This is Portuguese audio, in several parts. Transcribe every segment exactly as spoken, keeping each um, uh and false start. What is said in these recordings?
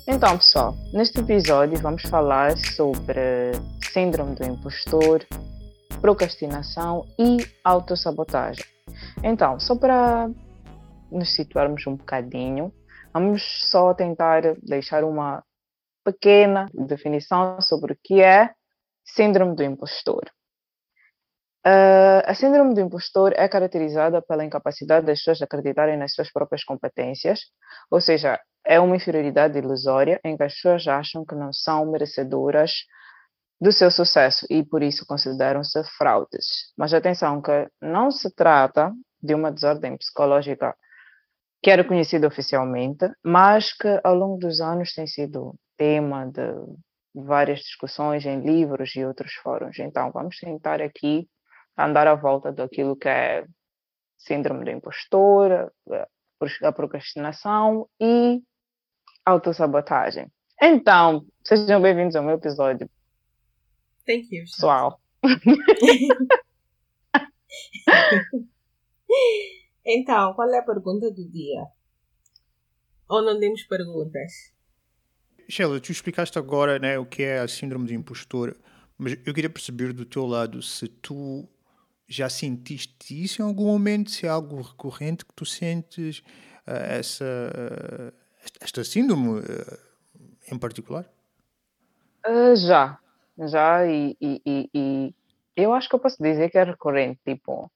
Então, pessoal, neste episódio vamos falar sobre síndrome do impostor, procrastinação e autossabotagem. Então, só para nos situarmos um bocadinho, vamos só tentar deixar uma pequena definição sobre o que é síndrome do impostor. Uh, a síndrome do impostor é caracterizada pela incapacidade das pessoas de acreditarem nas suas próprias competências, ou seja, é uma inferioridade ilusória em que as pessoas acham que não são merecedoras do seu sucesso e por isso consideram-se fraudes. Mas atenção que não se trata de uma desordem psicológica que é reconhecida oficialmente, mas que ao longo dos anos tem sido tema de várias discussões em livros e outros fóruns. Então, vamos tentar aqui andar à volta daquilo que é síndrome do impostor, a procrastinação e autossabotagem. Então, sejam bem-vindos ao meu episódio. Thank you. Pessoal. Então, qual é a pergunta do dia? Ou não temos perguntas? Sheila, tu explicaste agora, né, o que é a síndrome do impostor, mas eu queria perceber do teu lado se tu já sentiste isso em algum momento, se é algo recorrente que tu sentes uh, essa, uh, esta síndrome uh, em particular? Uh, já, já, e, e, e, e eu acho que eu posso dizer que é recorrente, tipo,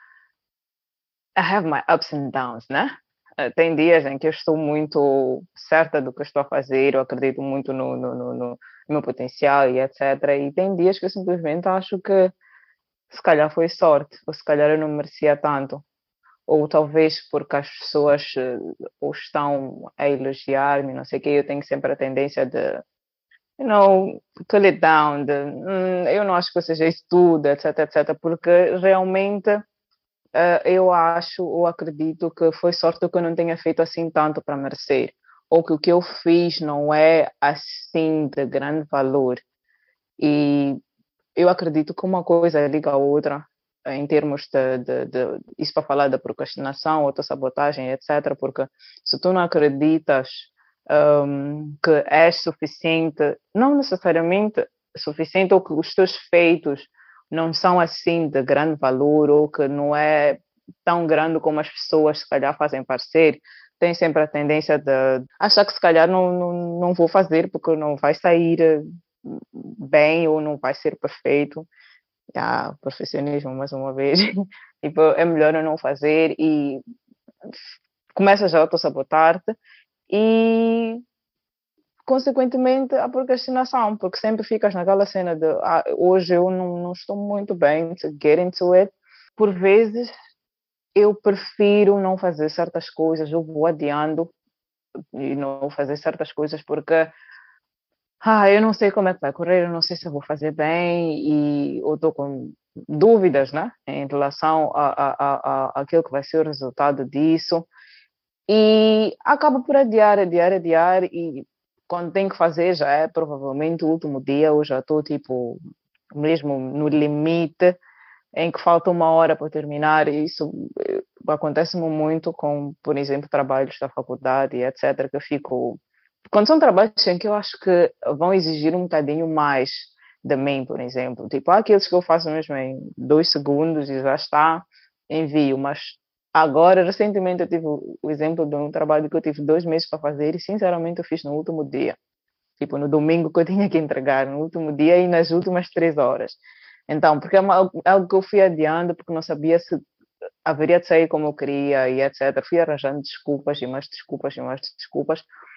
I have my ups and downs, né? Uh, tem dias em que eu estou muito certa do que eu estou a fazer, eu acredito muito no, no, no, no meu potencial e etcétera. E tem dias que eu simplesmente acho que se calhar foi sorte, ou se calhar eu não merecia tanto. Ou talvez porque as pessoas uh, ou estão a elogiar-me, não sei o que, eu tenho sempre a tendência de, you know, pull it down, de, hum, eu não acho que eu seja isso tudo, etc, etcétera. Porque realmente uh, eu acho ou acredito que foi sorte que eu não tenha feito assim tanto para merecer. Ou que o que eu fiz não é assim de grande valor. E eu acredito que uma coisa liga a outra em termos de, de, de isso para falar da procrastinação, autossabotagem, etcétera. Porque se tu não acreditas um, que és suficiente, não necessariamente suficiente, ou que os teus feitos não são assim de grande valor, ou que não é tão grande como as pessoas se calhar fazem parecer, tem sempre a tendência de achar que se calhar não, não, não vou fazer porque não vai sair bem ou não vai ser perfeito. Ah, perfeccionismo mais uma vez. Tipo, é melhor eu não fazer e começas a autossabotar-te e consequentemente a procrastinação, porque sempre ficas naquela cena de ah, hoje eu não, não estou muito bem to get into it. Por vezes eu prefiro não fazer certas coisas, eu vou adiando e não fazer certas coisas porque ah, eu não sei como é que vai correr, eu não sei se eu vou fazer bem e eu estou com dúvidas, né, em relação a, a, a, a aquilo que vai ser o resultado disso e acabo por adiar, adiar, adiar e quando tenho que fazer já é provavelmente o último dia, eu já estou tipo mesmo no limite em que falta uma hora para terminar e isso acontece-me muito com, por exemplo, trabalhos da faculdade e etcétera, que eu fico quando são trabalhos em que eu acho que vão exigir um bocadinho mais de mim, por exemplo. Tipo, há aqueles que eu faço mesmo em dois segundos e já está, envio. Mas agora, recentemente, eu tive o exemplo de um trabalho que eu tive dois meses para fazer e, sinceramente, eu fiz no último dia. Tipo, no domingo que eu tinha que entregar, no último dia e nas últimas três horas. Então, porque é uma, algo que eu fui adiando porque não sabia se haveria de sair como eu queria e etcétera. Fui arranjando desculpas e mais desculpas e mais desculpas.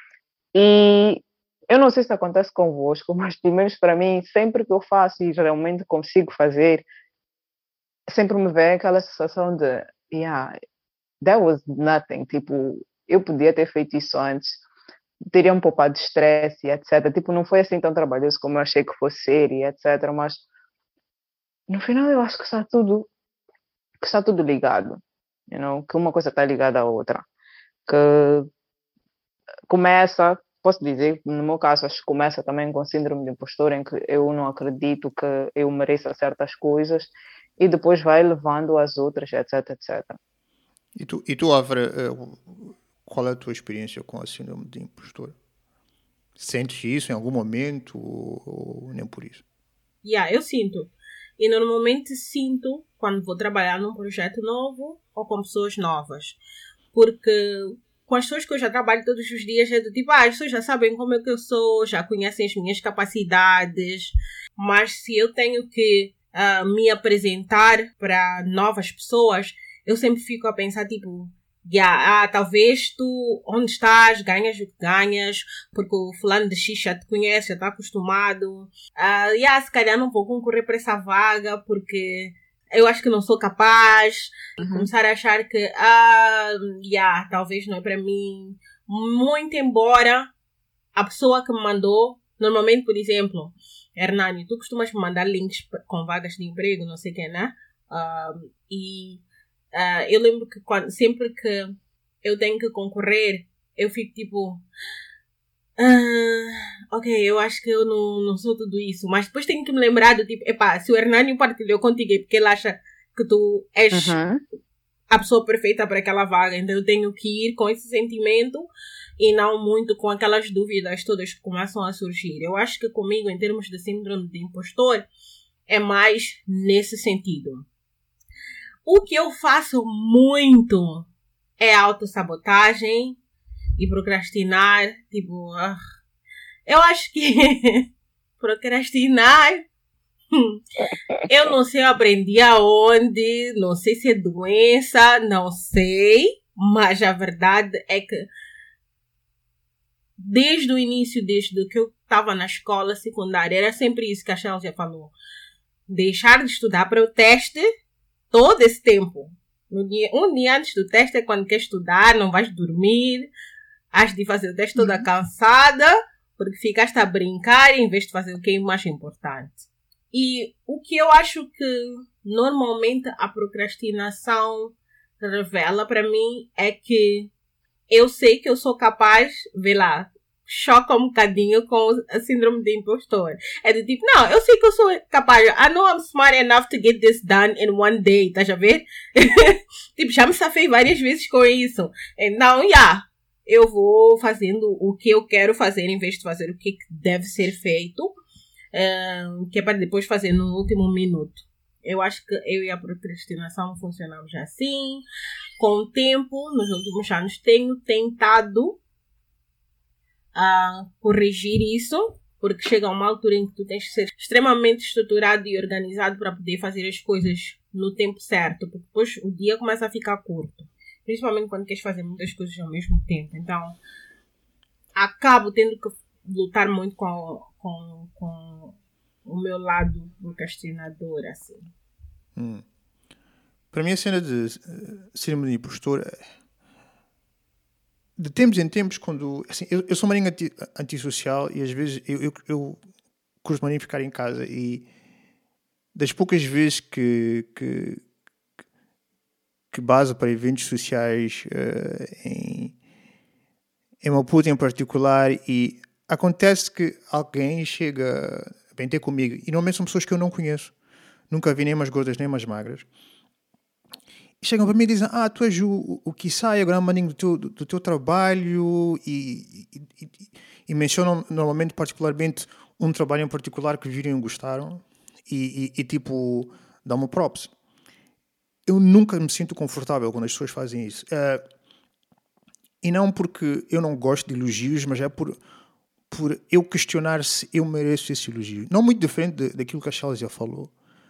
E eu não sei se acontece convosco, mas pelo menos para mim, sempre que eu faço e realmente consigo fazer, sempre me vem aquela sensação de, yeah, that was nothing. Tipo, eu podia ter feito isso antes, teria me poupado de estresse e etcétera. Tipo, não foi assim tão trabalhoso como eu achei que fosse ser e etcétera. Mas no final eu acho que está tudo, que está tudo ligado, you know? Que uma coisa está ligada à outra. Que começa, posso dizer, no meu caso, acho que começa também com síndrome de impostor, em que eu não acredito que eu mereça certas coisas e depois vai levando as outras, etc, etcétera. E tu, e tu Álvaro, qual é a tua experiência com a síndrome de impostor? Sentes isso em algum momento ou, ou nem por isso? Yeah, eu sinto. E normalmente sinto quando vou trabalhar num projeto novo ou com pessoas novas. Porque com as pessoas que eu já trabalho todos os dias é do tipo, ah, as pessoas já sabem como é que eu sou, já conhecem as minhas capacidades. Mas se eu tenho que uh, me apresentar para novas pessoas, eu sempre fico a pensar, tipo, yeah, ah, talvez tu, onde estás, ganhas o que ganhas, porque o fulano de X já te conhece, já está acostumado. Ah, yeah, se calhar não vou concorrer para essa vaga, porque eu acho que não sou capaz. E Uhum. começar a achar que, ah, yeah, talvez não é para mim. Muito embora a pessoa que me mandou, normalmente, por exemplo, Hernani, tu costumas me mandar links com vagas de emprego, não sei o que, né? Ah, e Uh, eu lembro que quando, sempre que eu tenho que concorrer, eu fico tipo, uh, ok, eu acho que eu não, não sou tudo isso. Mas depois tenho que me lembrar do tipo, epá, se o Hernani partilhou contigo é porque ele acha que tu és Uhum. a pessoa perfeita para aquela vaga. Então eu tenho que ir com esse sentimento e não muito com aquelas dúvidas todas que começam a surgir. Eu acho que comigo, em termos de síndrome de impostor, é mais nesse sentido. O que eu faço muito é autossabotagem e procrastinar. Tipo, ah, eu acho que procrastinar, eu não sei, eu aprendi aonde, não sei se é doença, não sei, mas a verdade é que desde o início, desde que eu estava na escola secundária, era sempre isso que a Chelsea falou. Deixar de estudar para o teste todo esse tempo. No dia, um dia antes do teste é quando quer estudar, não vais dormir, has de fazer o teste toda cansada, porque ficaste a brincar em vez de fazer o que é mais importante. E o que eu acho que normalmente a procrastinação revela para mim é que eu sei que eu sou capaz, vê lá, choca um bocadinho com a síndrome de impostor. É do tipo, não, eu sei que eu sou capaz. I know I'm smart enough to get this done in one day, tá a ver? Tipo, já me safei várias vezes com isso. Então, yeah, eu vou fazendo o que eu quero fazer em vez de fazer o que deve ser feito, um, que é para depois fazer no último minuto. Eu acho que eu e a procrastinação funcionamos assim. Com o tempo, nos últimos anos, tenho tentado a corrigir isso, porque chega uma altura em que tu tens que ser extremamente estruturado e organizado para poder fazer as coisas no tempo certo, porque depois o dia começa a ficar curto, principalmente quando queres fazer muitas coisas ao mesmo tempo. Então acabo tendo que lutar muito com, com, com o meu lado procrastinador, assim. Hum. Para mim a cena de uh, síndrome de impostor, de tempos em tempos, quando assim, eu, eu sou maninho anti, antissocial e às vezes eu, eu, eu curto maninho ficar em casa, e das poucas vezes que que, que baso para eventos sociais uh, em, em Maputo em particular, e acontece que alguém chega a bem ter comigo, e normalmente são pessoas que eu não conheço, nunca vi nem umas gordas nem umas magras, e chegam para mim e dizem, ah, tu és o, o que sai agora maninho do teu, do, do teu trabalho, e, e, e, e mencionam normalmente particularmente um trabalho em particular que viram e gostaram, e, e, e tipo, dão-me props. Eu nunca me sinto confortável quando as pessoas fazem isso. Uh, e não porque eu não gosto de elogios, mas é por, por eu questionar se eu mereço esse elogio. Não muito diferente de, daquilo que a Charles já falou.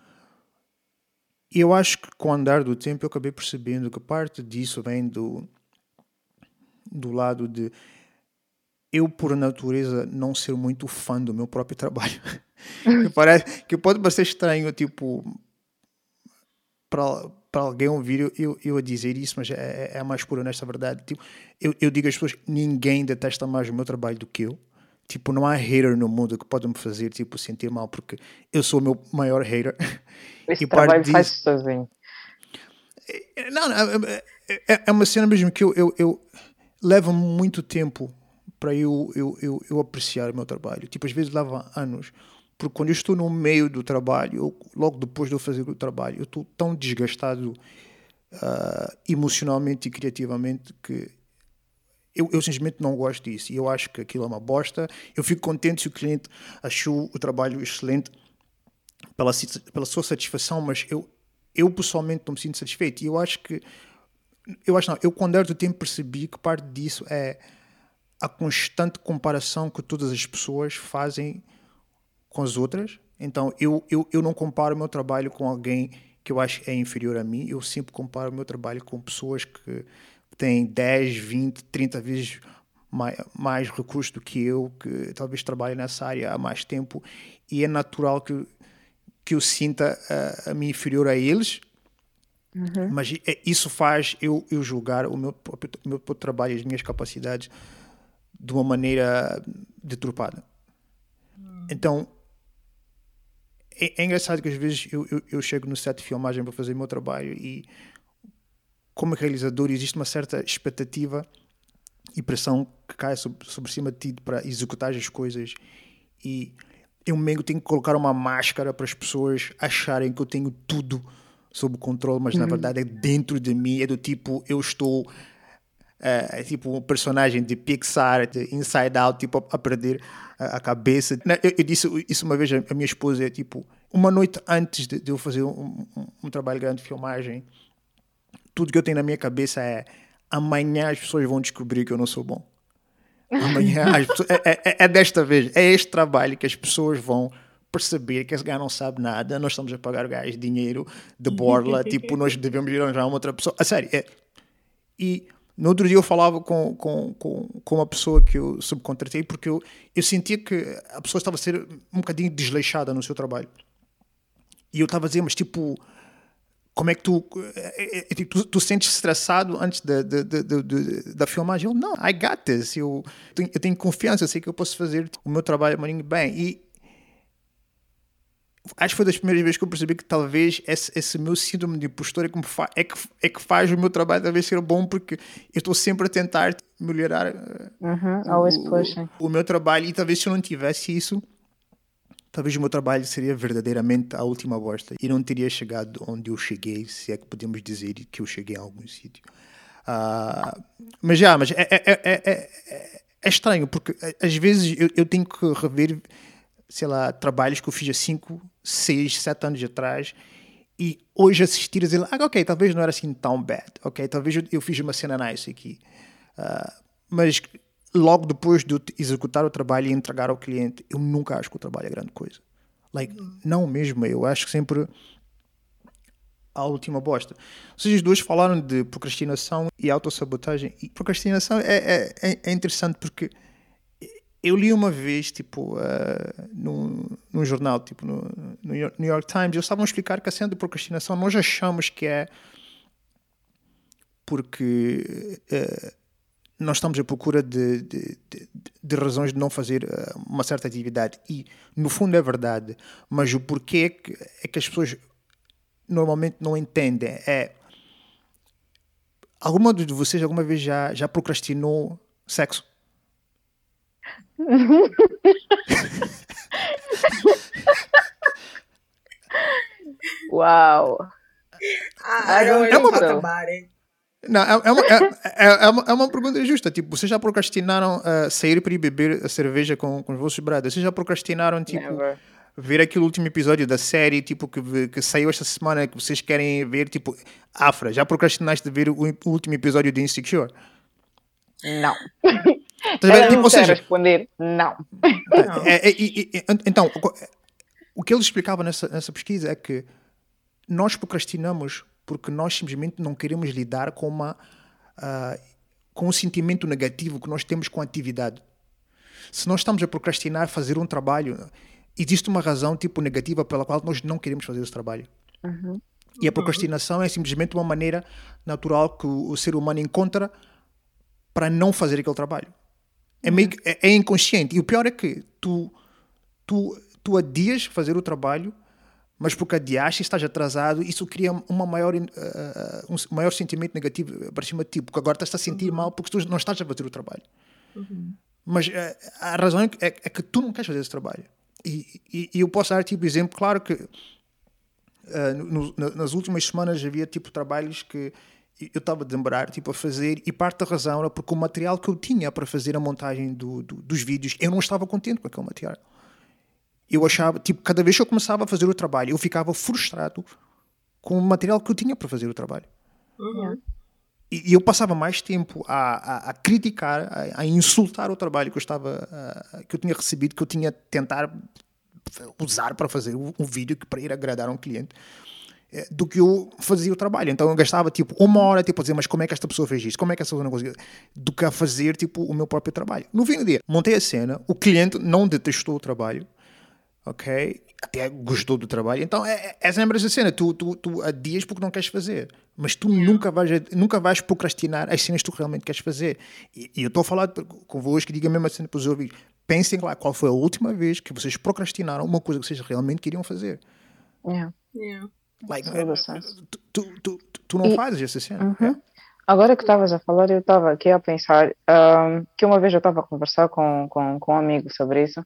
E eu acho que com o andar do tempo eu acabei percebendo que parte disso vem do, do lado de eu, por natureza, não ser muito fã do meu próprio trabalho. que, parece, que pode parecer estranho, tipo, para, para alguém ouvir eu, eu a dizer isso, mas é, é a mais pura honesta verdade. Tipo, eu, eu digo às pessoas, ninguém detesta mais o meu trabalho do que eu. Tipo, não há hater no mundo que pode me fazer, tipo, sentir mal, porque eu sou o meu maior hater. Esse E parte trabalho disso... faz sozinho. Não, não é, é, é uma cena mesmo que eu, eu, eu leva muito tempo para eu, eu, eu, eu apreciar o meu trabalho. Tipo, às vezes leva anos. Porque quando eu estou no meio do trabalho, eu, logo depois de eu fazer o trabalho, eu estou tão desgastado uh, emocionalmente e criativamente que Eu, eu simplesmente não gosto disso. E eu acho que aquilo é uma bosta. Eu fico contente se o cliente achou o trabalho excelente pela, pela sua satisfação, mas eu, eu pessoalmente não me sinto satisfeito. E eu acho que... Eu acho não. Eu, com o decorrer do tempo, percebi que parte disso é a constante comparação que todas as pessoas fazem com as outras. Então, eu, eu, eu não comparo o meu trabalho com alguém que eu acho é inferior a mim. Eu sempre comparo o meu trabalho com pessoas que têm dez, vinte, trinta vezes mais, mais recursos do que eu, que talvez trabalhem nessa área há mais tempo, e é natural que, que eu sinta a, a mim inferior a eles. Uhum. Mas isso faz eu, eu julgar o meu, o meu trabalho e as minhas capacidades de uma maneira deturpada. Hum. Então, é, é engraçado que às vezes eu, eu, eu chego no set de filmagem para fazer o meu trabalho e, como realizador, existe uma certa expectativa e pressão que cai sobre, sobre cima de ti para executar as coisas, e eu mesmo tenho que colocar uma máscara para as pessoas acharem que eu tenho tudo sob controle, mas uhum. na verdade é dentro de mim, é do tipo, eu estou... Uh, é tipo um personagem de Pixar, de Inside Out, tipo, a, a perder a, a cabeça. Eu, eu disse isso uma vez à minha esposa, é tipo, uma noite antes de, de eu fazer um, um, um trabalho grande de filmagem, tudo que eu tenho na minha cabeça é: amanhã as pessoas vão descobrir que eu não sou bom. Amanhã as pessoas, é, é, é desta vez, é este trabalho que as pessoas vão perceber que esse gajo não sabe nada, nós estamos a pagar o gajo dinheiro de borla, tipo, nós devemos ir arranjar uma outra pessoa. A sério, é... E no outro dia eu falava com, com, com, com uma pessoa que eu subcontratei, porque eu, eu sentia que a pessoa estava a ser um bocadinho desleixada no seu trabalho. E eu estava a dizer, mas tipo, como é que tu... É, é, tu, tu sentes estressado antes da, da, da, da, da filmagem? Eu, não, I got this. Eu tenho, eu tenho confiança, eu sei que eu posso fazer o meu trabalho bem. E acho que foi das primeiras vezes que eu percebi que talvez esse, esse meu síndrome de impostor é que, fa- é, que, é que faz o meu trabalho talvez ser bom, porque eu estou sempre a tentar melhorar uh-huh, o, always pushing. O, o meu trabalho, e talvez se eu não tivesse isso, talvez o meu trabalho seria verdadeiramente a última bosta e não teria chegado onde eu cheguei, se é que podemos dizer que eu cheguei a algum sítio. Uh, mas já, mas é, é, é, é, é estranho, porque às vezes eu, eu tenho que rever, sei lá, trabalhos que eu fiz há cinco, seis, sete anos atrás, e hoje assistir a dizer, ah, ok, talvez não era assim tão bad, ok, talvez eu, eu fiz uma cena nice aqui. Uh, mas logo depois de executar o trabalho e entregar ao cliente, eu nunca acho que o trabalho é grande coisa. Like, não mesmo, eu acho que sempre a última bosta. Vocês dois falaram de procrastinação e autossabotagem, e procrastinação é, é, é interessante porque eu li uma vez, tipo, uh, num, num jornal, tipo, no, no New York Times, eles estavam a explicar que a cena de procrastinação nós achamos que é porque uh, nós estamos à procura de, de, de, de razões de não fazer uh, uma certa atividade, e no fundo é verdade, mas o porquê é que, é que as pessoas normalmente não entendem é: alguma de vocês alguma vez já, já procrastinou sexo? Uau! I don't é uma, talk about it. Não, é, é, uma, é, é, uma, é uma pergunta justa. Tipo, vocês já procrastinaram uh, sair para ir beber a cerveja com, com os vossos brothers? Vocês já procrastinaram, tipo, Never. ver aquele último episódio da série, tipo, que, que saiu esta semana, que vocês querem ver, tipo, Afra? Já procrastinaste de ver o, o último episódio de Insecure? Não. Então, Ela tipo, não ou seja, responder não. É, é, é, é, então, o que ele explicava nessa, nessa pesquisa é que nós procrastinamos porque nós simplesmente não queremos lidar com, uma, uh, com um sentimento negativo que nós temos com a atividade. Se nós estamos a procrastinar fazer um trabalho, existe uma razão tipo negativa pela qual nós não queremos fazer esse trabalho. Uhum. E a procrastinação é simplesmente uma maneira natural que o, o ser humano encontra para não fazer aquele trabalho. É, meio que, é, é inconsciente. E o pior é que tu, tu, tu adias fazer o trabalho, mas porque adiaste e estás atrasado, isso cria uma maior, uh, um maior sentimento negativo para cima de ti, porque agora estás a sentir uhum. mal porque tu não estás a fazer o trabalho. Uhum. Mas uh, a razão é que, é, é que tu não queres fazer esse trabalho. E, e, e eu posso dar tipo exemplo, claro que uh, no, no, nas últimas semanas havia tipo trabalhos que eu estava a demorar tipo, a fazer, e parte da razão era porque o material que eu tinha para fazer a montagem do, do, dos vídeos, eu não estava contente com aquele material. Eu achava, tipo, cada vez que eu começava a fazer o trabalho, eu ficava frustrado com o material que eu tinha para fazer o trabalho. Uhum. E, e eu passava mais tempo a, a, a criticar, a, a insultar o trabalho que eu estava, a, que eu tinha recebido, que eu tinha tentar usar para fazer um, um vídeo que para ir agradar um cliente, do que eu fazia o trabalho. Então eu gastava tipo uma hora tipo, a dizer, mas como é que esta pessoa fez isto? Como é que essa pessoa não conseguiu? Do que a fazer tipo o meu próprio trabalho. No fim do dia, montei a cena, o cliente não detestou o trabalho, ok? Até gostou do trabalho. Então é, é lembras da cena, tu, tu, tu adias porque não queres fazer, mas tu Yeah. nunca, vais, nunca vais procrastinar as cenas que tu realmente queres fazer. E, e eu estou a falar convosco que diga a mesma cena para os ouvintes. Pensem lá qual foi a última vez que vocês procrastinaram uma coisa que vocês realmente queriam fazer. Yeah. Yeah. Like, Todo o senso. tu, tu, tu, tu não E, fazes essa cena. uhum. É. Agora que estavas a falar, eu estava aqui a pensar ahm, que uma vez eu estava a conversar com, com, com um amigo sobre isso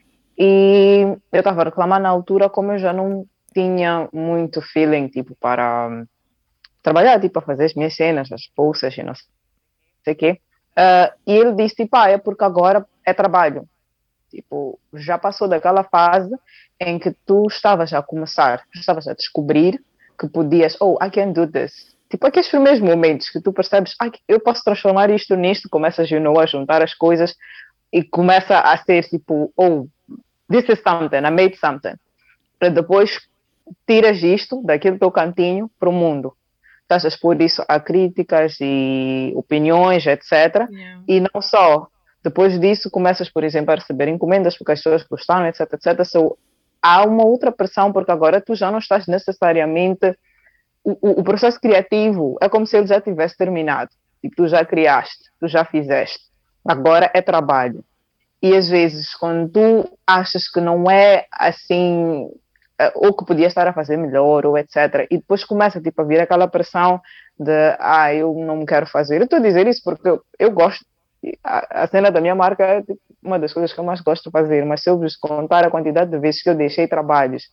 e eu estava a reclamar na altura como eu já não tinha muito feeling, tipo, para hum, trabalhar, tipo, a fazer as minhas cenas, as bolsas e não sei o quê. Ah, e ele disse, tipo, ah, é porque agora é trabalho. Tipo, já passou daquela fase em que tu estavas a começar, estavas a descobrir que podias, oh, I can do this. Tipo, aqueles primeiros momentos que tu percebes, ah, eu posso transformar isto nisto, começas, you know, a juntar as coisas e começa a ser tipo, oh, this is something, I made something. Para depois tiras isto daquele teu cantinho para o mundo. Estás a expor isso a críticas e opiniões, etcétera. Yeah. E não só. Depois disso, começas, por exemplo, a receber encomendas porque as pessoas gostaram, etc, etcétera. So, há uma outra pressão porque agora tu já não estás necessariamente... O, o, o processo criativo é como se ele já tivesse terminado. Tipo, tu já criaste, tu já fizeste. Agora é trabalho. E às vezes, quando tu achas que não é assim, ou que podia estar a fazer melhor, ou etcétera, e depois começa tipo, a vir aquela pressão de, ah, eu não me quero fazer. Eu estou a dizer isso porque eu, eu gosto. A, a cena da minha marca é tipo, uma das coisas que eu mais gosto de fazer, mas se eu vos contar a quantidade de vezes que eu deixei trabalhos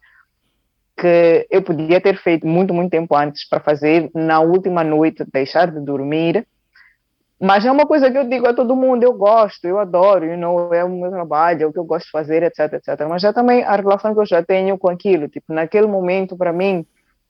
que eu podia ter feito muito, muito tempo antes para fazer na última noite, deixar de dormir. Mas é uma coisa que eu digo a todo mundo, eu gosto, eu adoro, you know, é o meu trabalho, é o que eu gosto de fazer, etc, etcétera. Mas já também a relação que eu já tenho com aquilo, tipo, naquele momento, para mim,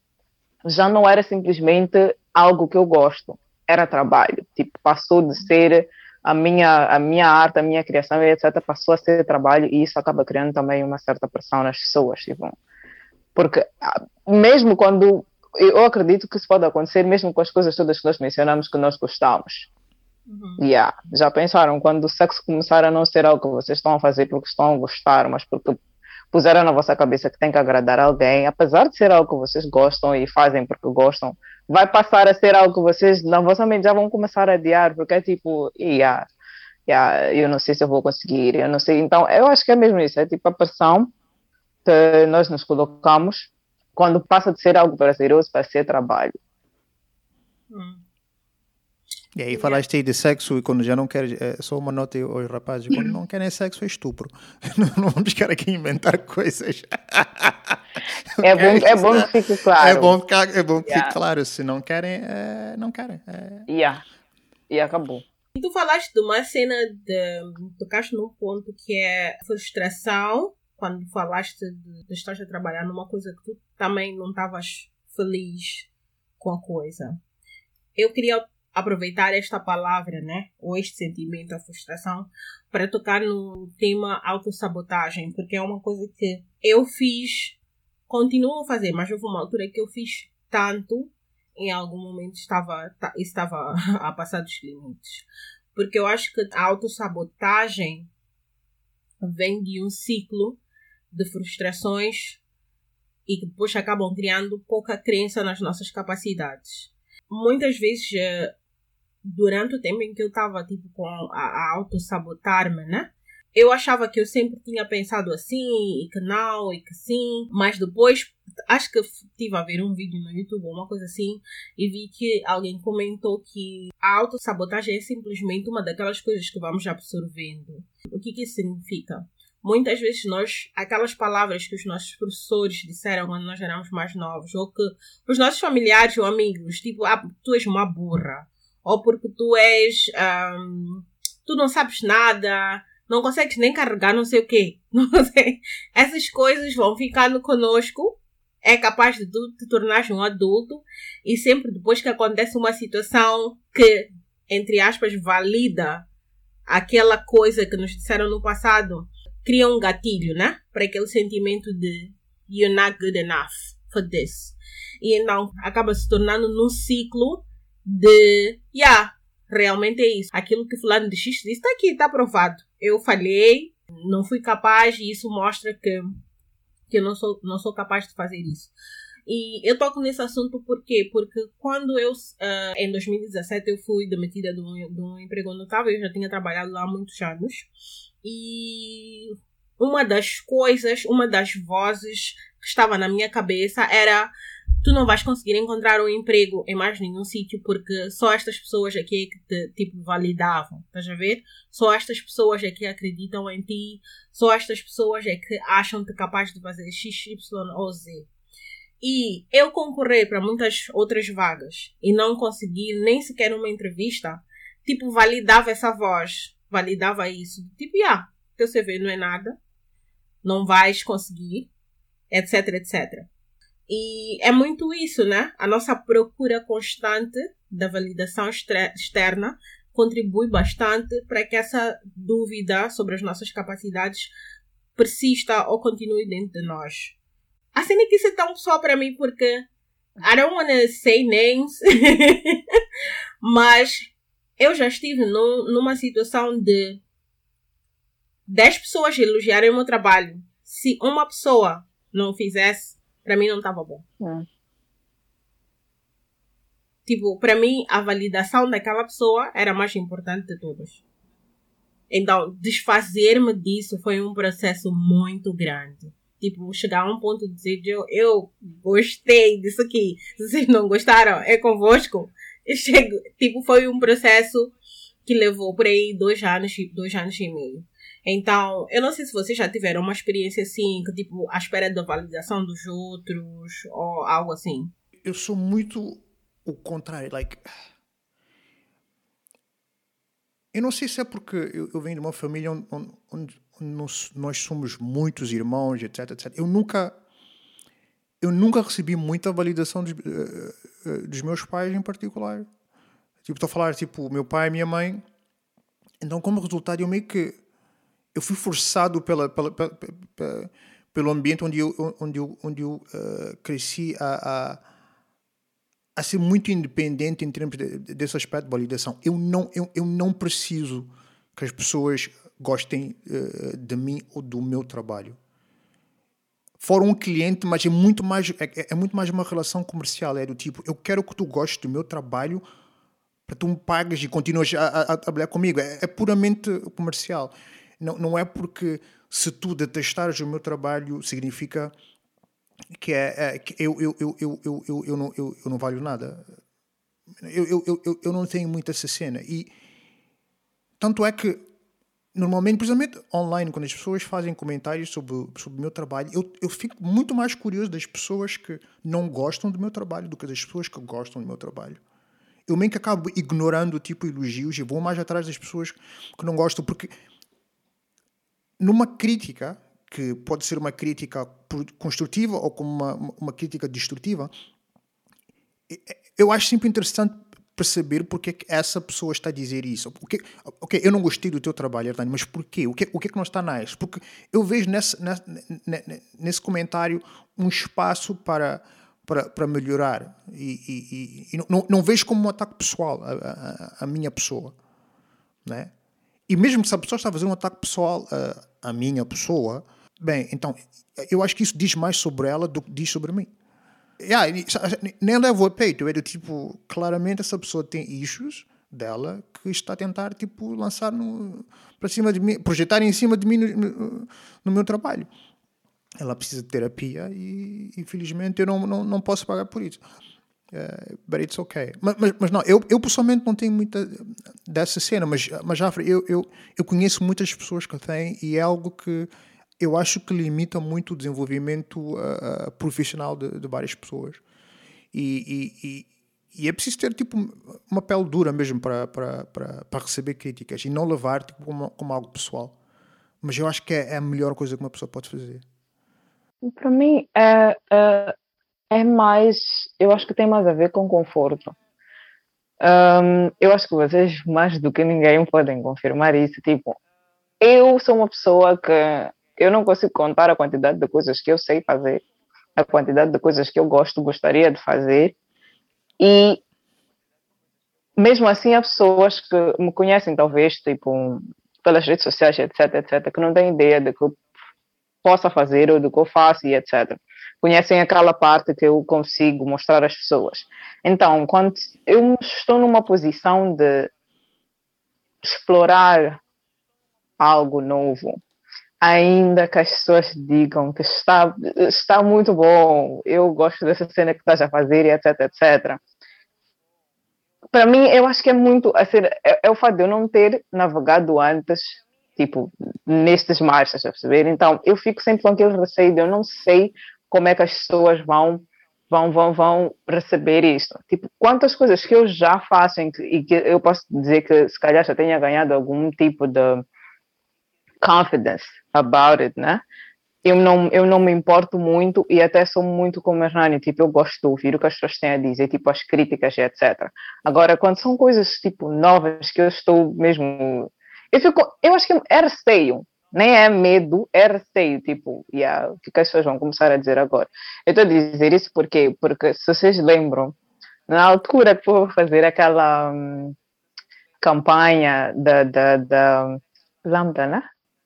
já não era simplesmente algo que eu gosto, era trabalho. Tipo, passou de ser a minha, a minha arte, a minha criação, etcétera, passou a ser trabalho e isso acaba criando também uma certa pressão nas pessoas, tipo, porque mesmo quando, eu acredito que isso pode acontecer mesmo com as coisas todas que nós mencionamos que nós gostamos. Uhum. Yeah. Já pensaram, quando o sexo começar a não ser algo que vocês estão a fazer porque estão a gostar, mas porque puseram na vossa cabeça que tem que agradar alguém, apesar de ser algo que vocês gostam e fazem porque gostam, vai passar a ser algo que vocês na vossa mente já vão começar a adiar, porque é tipo, yeah, yeah, eu não sei se eu vou conseguir, eu não sei. Então, eu acho que é mesmo isso, é tipo a pressão que nós nos colocamos quando passa de ser algo prazeroso para ser trabalho. Hum. E aí falaste aí de sexo e quando já não queres, é só uma nota aos rapazes, quando não querem sexo é estupro. Não, não vamos ficar aqui a inventar coisas. É bom, é bom que fique claro. É bom, que- é bom que Yeah. fique claro, se não querem, é, não querem. É. Yeah. E acabou. E tu falaste de uma cena de. Tocaste num ponto que é frustração, quando falaste de, de estar a trabalhar numa coisa que tu também não estavas feliz com a coisa. Eu queria aproveitar esta palavra, né, ou este sentimento, a frustração, para tocar no tema autossabotagem, porque é uma coisa que eu fiz, continuo a fazer, mas houve uma altura que eu fiz tanto, em algum momento estava, estava a passar dos limites. Porque eu acho que a autossabotagem vem de um ciclo de frustrações e que depois acabam criando pouca crença nas nossas capacidades. Muitas vezes, durante o tempo em que eu estava tipo, com a, a autossabotar-me, né? Eu achava que eu sempre tinha pensado assim, e que não, e que sim. Mas depois, acho que estive a ver um vídeo no YouTube, uma coisa assim, e vi que alguém comentou que a autossabotagem é simplesmente uma daquelas coisas que vamos absorvendo. O que que isso significa? muitas vezes nós, aquelas palavras que os nossos professores disseram quando nós éramos mais novos, ou que os nossos familiares ou amigos, tipo, ah, tu és uma burra, ou porque tu és, um, tu não sabes nada, não consegues nem carregar não sei o quê. Não sei. Essas coisas vão ficando conosco. É capaz de tu te tornares um adulto e sempre depois que acontece uma situação que, entre aspas, valida aquela coisa que nos disseram no passado, cria um gatilho, né? Para aquele sentimento de you're not good enough for this. E então acaba se tornando num ciclo de, yeah, realmente é isso. Aquilo que fulano de X disse, está aqui, está provado. Eu falhei, não fui capaz e isso mostra que, que eu não sou, não sou capaz de fazer isso. E eu toco nesse assunto por quê? Porque quando eu, uh, em dois mil e dezassete, eu fui demitida de um, de um emprego onde eu estava, eu já tinha trabalhado lá há muitos anos. E uma das coisas, uma das vozes que estava na minha cabeça era: tu não vais conseguir encontrar um emprego em mais nenhum sítio porque só estas pessoas aqui é que te, tipo, validavam, estás a ver? Só estas pessoas é que acreditam em ti, só estas pessoas é que acham-te capaz de fazer X, Y ou Z. E eu concorrer para muitas outras vagas e não conseguir nem sequer uma entrevista, tipo, validava essa voz, validava isso. Tipo, ah, teu C V não é nada, não vais conseguir, etc, etcétera. E é muito isso, né? A nossa procura constante da validação externa contribui bastante para que essa dúvida sobre as nossas capacidades persista ou continue dentro de nós. A cena que isso é tão só para mim porque I don't want to say names, mas eu já estive num, numa situação de dez pessoas elogiarem o meu trabalho. Se uma pessoa não fizesse, para mim não estava bom. Hum. Tipo, para mim, a validação daquela pessoa era a mais importante de todas. Então, desfazer-me disso foi um processo muito grande. Tipo, chegar a um ponto de dizer, eu, eu gostei disso aqui. Se vocês não gostaram, é convosco. Eu chego, tipo, foi um processo que levou por aí dois anos, dois anos e meio. Então, eu não sei se vocês já tiveram uma experiência assim, que tipo, à espera da validação dos outros, ou algo assim. Eu sou muito o contrário, like... Eu não sei se é porque eu, eu venho de uma família onde, onde, onde nós, nós somos muitos irmãos, etc, etcétera. Eu nunca, eu nunca recebi muita validação dos, uh, dos meus pais em particular. Tipo, estou a falar, tipo, meu pai e minha mãe. Então, como resultado, eu meio que eu fui forçado pela, pela, pela, pela, pelo ambiente onde eu, onde eu, onde eu uh, cresci a, a, a ser muito independente em termos de, desse aspecto de validação. Eu não, eu, eu não preciso que as pessoas gostem uh, de mim ou do meu trabalho. Fora um cliente, mas é muito mais, é, é muito mais uma relação comercial. É do tipo, eu quero que tu gostes do meu trabalho para tu me pagues e continuas a, a, a trabalhar comigo. É, é puramente comercial. Não, não é porque se tu detestares o meu trabalho significa que, é, é, que eu, eu, eu, eu, eu, eu, eu, não, eu, eu não valho nada. Eu, eu, eu, eu não tenho muito essa cena. E tanto é que, normalmente, principalmente online, quando as pessoas fazem comentários sobre, sobre o meu trabalho, eu, eu fico muito mais curioso das pessoas que não gostam do meu trabalho do que das pessoas que gostam do meu trabalho. Eu meio que acabo ignorando tipo elogios e vou mais atrás das pessoas que não gostam, porque numa crítica, que pode ser uma crítica construtiva ou como uma, uma crítica destrutiva, eu acho sempre interessante perceber porque é que essa pessoa está a dizer isso. Porque, ok, eu não gostei do teu trabalho, Hernani, mas porquê? O que, o que é que não está nice? Porque eu vejo nesse, nesse, nesse comentário um espaço para, para, para melhorar e, e, e não, não vejo como um ataque pessoal a, a, a minha pessoa, né? E mesmo se a pessoa está a fazer um ataque pessoal a, a minha pessoa, bem, então eu acho que isso diz mais sobre ela do que diz sobre mim. Yeah, nem levo a peito, é do tipo, claramente essa pessoa tem issues dela que está a tentar tipo, lançar no, para cima de mim, projetar em cima de mim no, no, no meu trabalho. Ela precisa de terapia e infelizmente eu não, não, não posso pagar por isso. Uh, but it's okay. Mas, mas, mas não, eu, eu pessoalmente não tenho muita dessa cena, mas, mas já eu, eu, eu conheço muitas pessoas que têm e é algo que eu acho que limita muito o desenvolvimento uh, uh, profissional de, de várias pessoas. E, e, e, e é preciso ter tipo uma pele dura mesmo para, para, para, para receber críticas e não levar tipo, como, como algo pessoal. Mas eu acho que é, é a melhor coisa que uma pessoa pode fazer. Para mim, é, é, é mais. Eu acho que tem mais a ver com conforto. Um, eu acho que vocês, mais do que ninguém, podem confirmar isso. Tipo, eu sou uma pessoa que eu não consigo contar a quantidade de coisas que eu sei fazer, a quantidade de coisas que eu gosto, gostaria de fazer. E mesmo assim, há pessoas que me conhecem, talvez, tipo, pelas redes sociais, etc, etc, que não têm ideia de que eu possa fazer ou do que eu faço e etcétera. Conhecem aquela parte que eu consigo mostrar às pessoas. Então, quando eu estou numa posição de explorar algo novo, ainda que as pessoas digam que está, está muito bom, eu gosto dessa cena que estás a fazer e etc, etcétera. Para mim, eu acho que é muito, assim, é, é o fato de eu não ter navegado antes, tipo, nestes mares, estás a perceber? Então, eu fico sempre com aquele receio de eu não sei como é que as pessoas vão, vão, vão, vão receber isto. Tipo, quantas coisas que eu já faço em que, e que eu posso dizer que se calhar já tenha ganhado algum tipo de confidence about it, né? Eu não, eu não me importo muito e até sou muito como a Rani, tipo, eu gosto de ouvir o que as pessoas têm a dizer, tipo, as críticas e etcétera. Agora, quando são coisas, tipo, novas, que eu estou mesmo... Eu, fico, eu acho que é receio, nem é medo, é receio, tipo, yeah, o que as pessoas vão começar a dizer agora. Eu estou a dizer isso porque, porque se vocês lembram, na altura que vou fazer aquela hum, campanha da, da, da Lambda, né?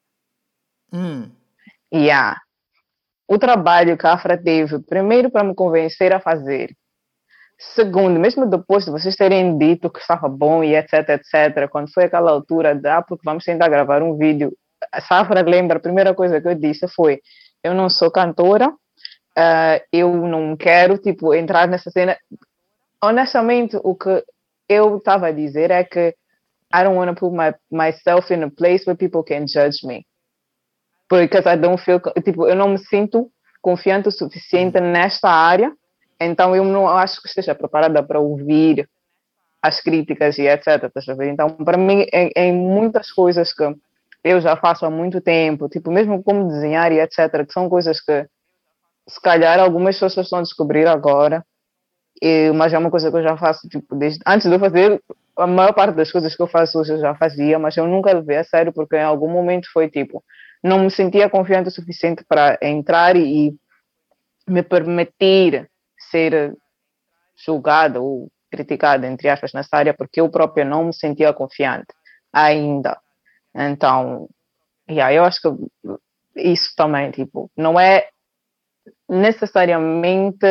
Hum. Yeah. O trabalho que a Afra teve, primeiro para me convencer a fazer, segundo, mesmo depois de vocês terem dito que estava bom e etc, etcétera, quando foi aquela altura de, ah, porque vamos tentar gravar um vídeo, a Safra lembra, a primeira coisa que eu disse foi, eu não sou cantora, uh, eu não quero, tipo, entrar nessa cena. Honestamente, o que eu estava a dizer é que I don't want to put my, myself in a place where people can judge me. Because I don't feel, tipo, eu não me sinto confiante o suficiente nesta área, então eu não acho que esteja preparada para ouvir as críticas e etcétera. Então, para mim, em, em muitas coisas que eu já faço há muito tempo, tipo, mesmo como desenhar e etcétera, que são coisas que se calhar algumas pessoas estão a descobrir agora, e, mas é uma coisa que eu já faço, tipo, desde antes de eu fazer, a maior parte das coisas que eu faço hoje eu já fazia, mas eu nunca levei a sério, porque em algum momento foi tipo, não me sentia confiante o suficiente para entrar e, e me permitir ser julgada ou criticada, entre aspas, nessa área, porque eu própria não me sentia confiante ainda. Então, yeah, eu acho que isso também, tipo, não é necessariamente...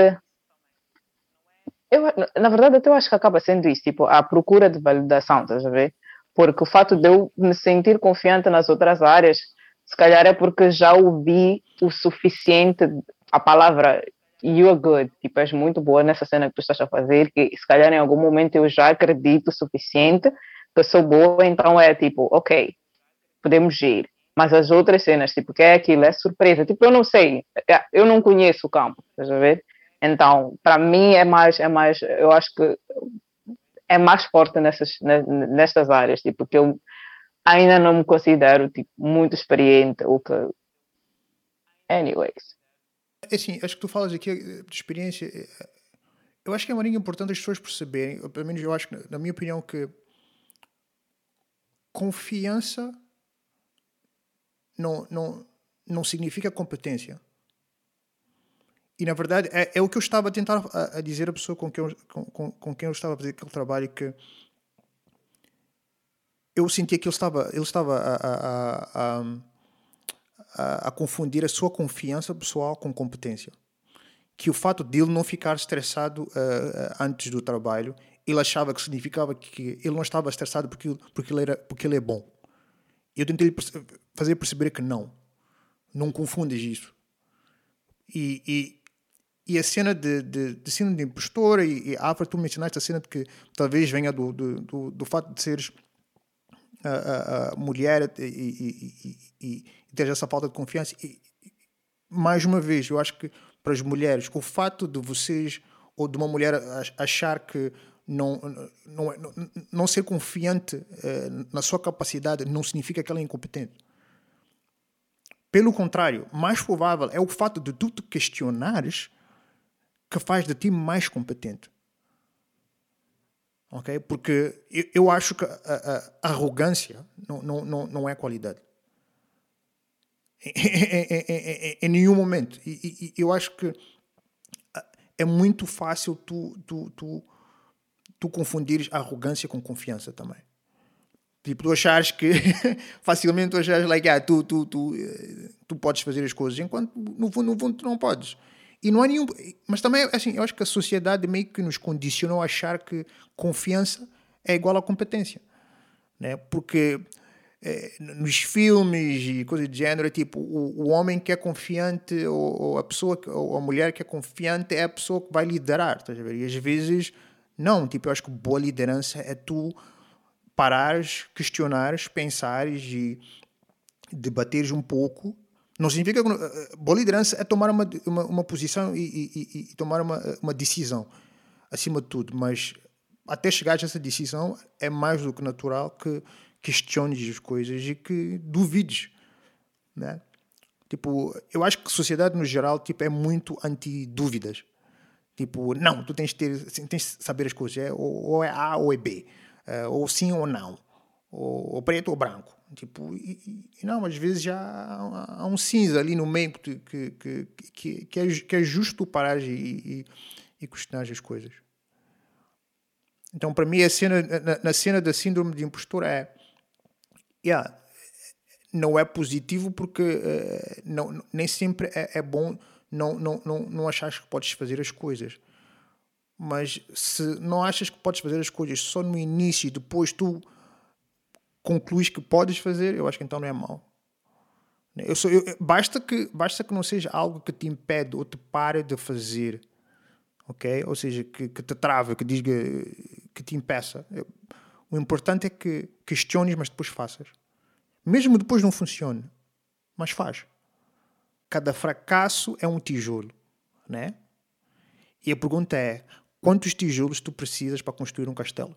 Eu, na verdade, até eu acho que acaba sendo isso, tipo, a procura de validação, estás a ver? Porque o fato de eu me sentir confiante nas outras áreas, se calhar é porque já ouvi o suficiente, a palavra you're good, tipo, és muito boa nessa cena que tu estás a fazer, que se calhar em algum momento eu já acredito o suficiente que eu sou boa, então é tipo, ok, podemos ir. Mas as outras cenas, tipo, que é aquilo, é surpresa. Tipo, eu não sei, eu não conheço o campo, estás a ver? Então, para mim é mais, é mais, eu acho que é mais forte nessas, nestas áreas, tipo, que eu ainda não me considero, tipo, muito experiente, o que... Anyways. É assim, acho que tu falas aqui de experiência, eu acho que é uma linha importante as pessoas perceberem, pelo menos eu acho que, na minha opinião, que confiança não, não, não significa competência. E, na verdade, é, é o que eu estava a tentar a, a dizer à pessoa com quem, eu, com, com, com quem eu estava a fazer aquele trabalho, que eu sentia que ele estava, ele estava a, a, a, a, a confundir a sua confiança pessoal com competência. Que o fato de ele não ficar estressado uh, uh, antes do trabalho, ele achava que significava que ele não estava estressado porque, porque, ele, era, porque ele é bom. Eu tentei perce- fazer perceber que não. Não confundes isso. E... e E a cena de, de, de síndrome de impostora, e, e Afra, tu mencionaste a cena de que talvez venha do, do, do, do fato de seres a, a, a mulher e, e, e, e, e teres essa falta de confiança. E, mais uma vez, eu acho que para as mulheres, o fato de vocês, ou de uma mulher achar que não, não, não, não ser confiante uh, na sua capacidade não significa que ela é incompetente. Pelo contrário, mais provável é o fato de tu te questionares que faz de ti mais competente. Ok? Porque eu, eu acho que a, a, a arrogância não, não, não, não é qualidade. Em, em, em, em nenhum momento. E, e eu acho que é muito fácil tu, tu, tu, tu confundires arrogância com confiança também. Tipo, tu achares que facilmente tu achares like, ah, tu, tu, tu, tu podes fazer as coisas, enquanto no fundo, no fundo tu não podes. E não há nenhum. Mas também, assim, eu acho que a sociedade meio que nos condicionou a achar que confiança é igual a competência. Né? Porque é, nos filmes e coisas do género, tipo, o, o homem que é confiante, ou, ou a pessoa, ou a mulher que é confiante é a pessoa que vai liderar. Estás a ver? E às vezes, não. Tipo, eu acho que boa liderança é tu parares, questionares, pensares e debateres um pouco. Não significa que uh, boa liderança é tomar uma, uma, uma posição e, e, e tomar uma, uma decisão, acima de tudo. Mas até chegar a essa decisão é mais do que natural que questiones as coisas e que duvides. Né? Tipo, eu acho que a sociedade, no geral, tipo, é muito anti-dúvidas. Tipo, não, tu tens de, ter, tens de saber as coisas. É, ou, ou é A ou é B. Uh, ou sim ou não. Ou, ou preto ou branco. Tipo, e, e não, às vezes já há, há um cinza ali no meio que, que, que, que, que, é, que é justo parar e, e, e questionar as coisas. Então, para mim, a cena, na, na cena da síndrome de impostor é yeah, não é positivo porque uh, não, nem sempre é, é bom não, não, não, não achares que podes fazer as coisas. Mas se não achas que podes fazer as coisas só no início e depois tu concluís que podes fazer, eu acho que então não é mau. Eu sou, eu, basta, que, basta que não seja algo que te impede ou te pare de fazer. Ok? Ou seja, que, que te trava, que diga, que te impeça. Eu, o importante é que questiones, mas depois faças. Mesmo depois não funcione, mas faz. Cada fracasso é um tijolo, né? E a pergunta é, quantos tijolos tu precisas para construir um castelo?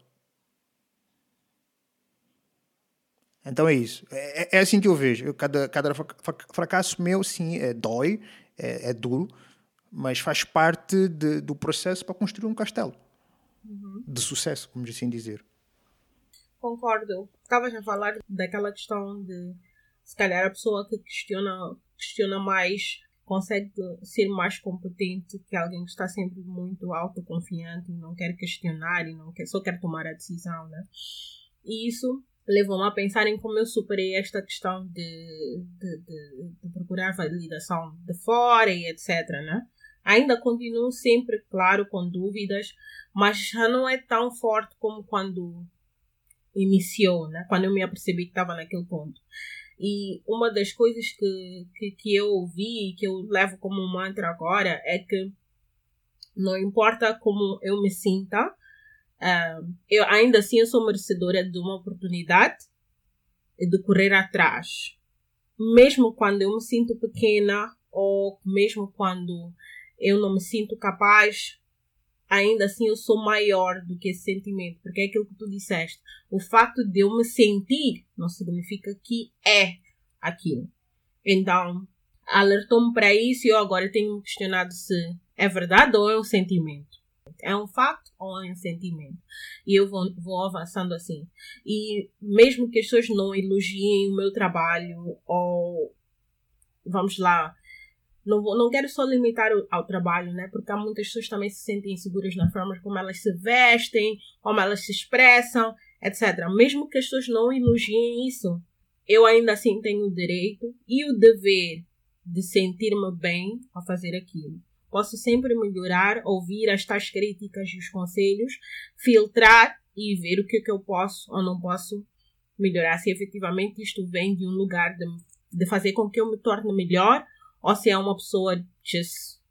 Então é isso. É, é assim que eu vejo. Eu, cada, cada fracasso meu, sim, é, dói, é, é duro, mas faz parte de, do processo para construir um castelo. Uhum. De sucesso, vamos assim dizer. Concordo. Estavas a falar daquela questão de, se calhar, a pessoa que questiona, questiona mais consegue ser mais competente que alguém que está sempre muito autoconfiante e não quer questionar e não quer, só quer tomar a decisão, né? E isso levou-me a pensar em como eu superei esta questão de, de, de, de procurar validação de fora e etcétera, né? Ainda continuo sempre, claro, com dúvidas, mas já não é tão forte como quando iniciou, né? Quando eu me apercebi que estava naquele ponto. E uma das coisas que, que, que eu ouvi e que eu levo como um mantra agora é que não importa como eu me sinta, uh, eu, ainda assim eu sou merecedora de uma oportunidade e de correr atrás. Mesmo quando eu me sinto pequena ou mesmo quando eu não me sinto capaz, ainda assim eu sou maior do que esse sentimento, porque é aquilo que tu disseste. O facto de eu me sentir não significa que é aquilo. Então, alertou-me para isso e eu agora tenho me questionado se é verdade ou é um sentimento. É um facto ou é um sentimento? E eu vou, vou avançando assim. E mesmo que as pessoas não elogiem o meu trabalho ou, vamos lá, Não, vou, não quero só limitar ao, ao trabalho, né? Porque há muitas pessoas que também se sentem inseguras na forma como elas se vestem, como elas se expressam, etcétera. Mesmo que as pessoas não elogiem isso, eu ainda assim tenho o direito e o dever de sentir-me bem ao fazer aquilo. Posso sempre melhorar, ouvir as tais críticas e os conselhos, filtrar e ver o que, que eu posso ou não posso melhorar. Se efetivamente isto vem de um lugar de, de fazer com que eu me torne melhor, ou se é uma pessoa just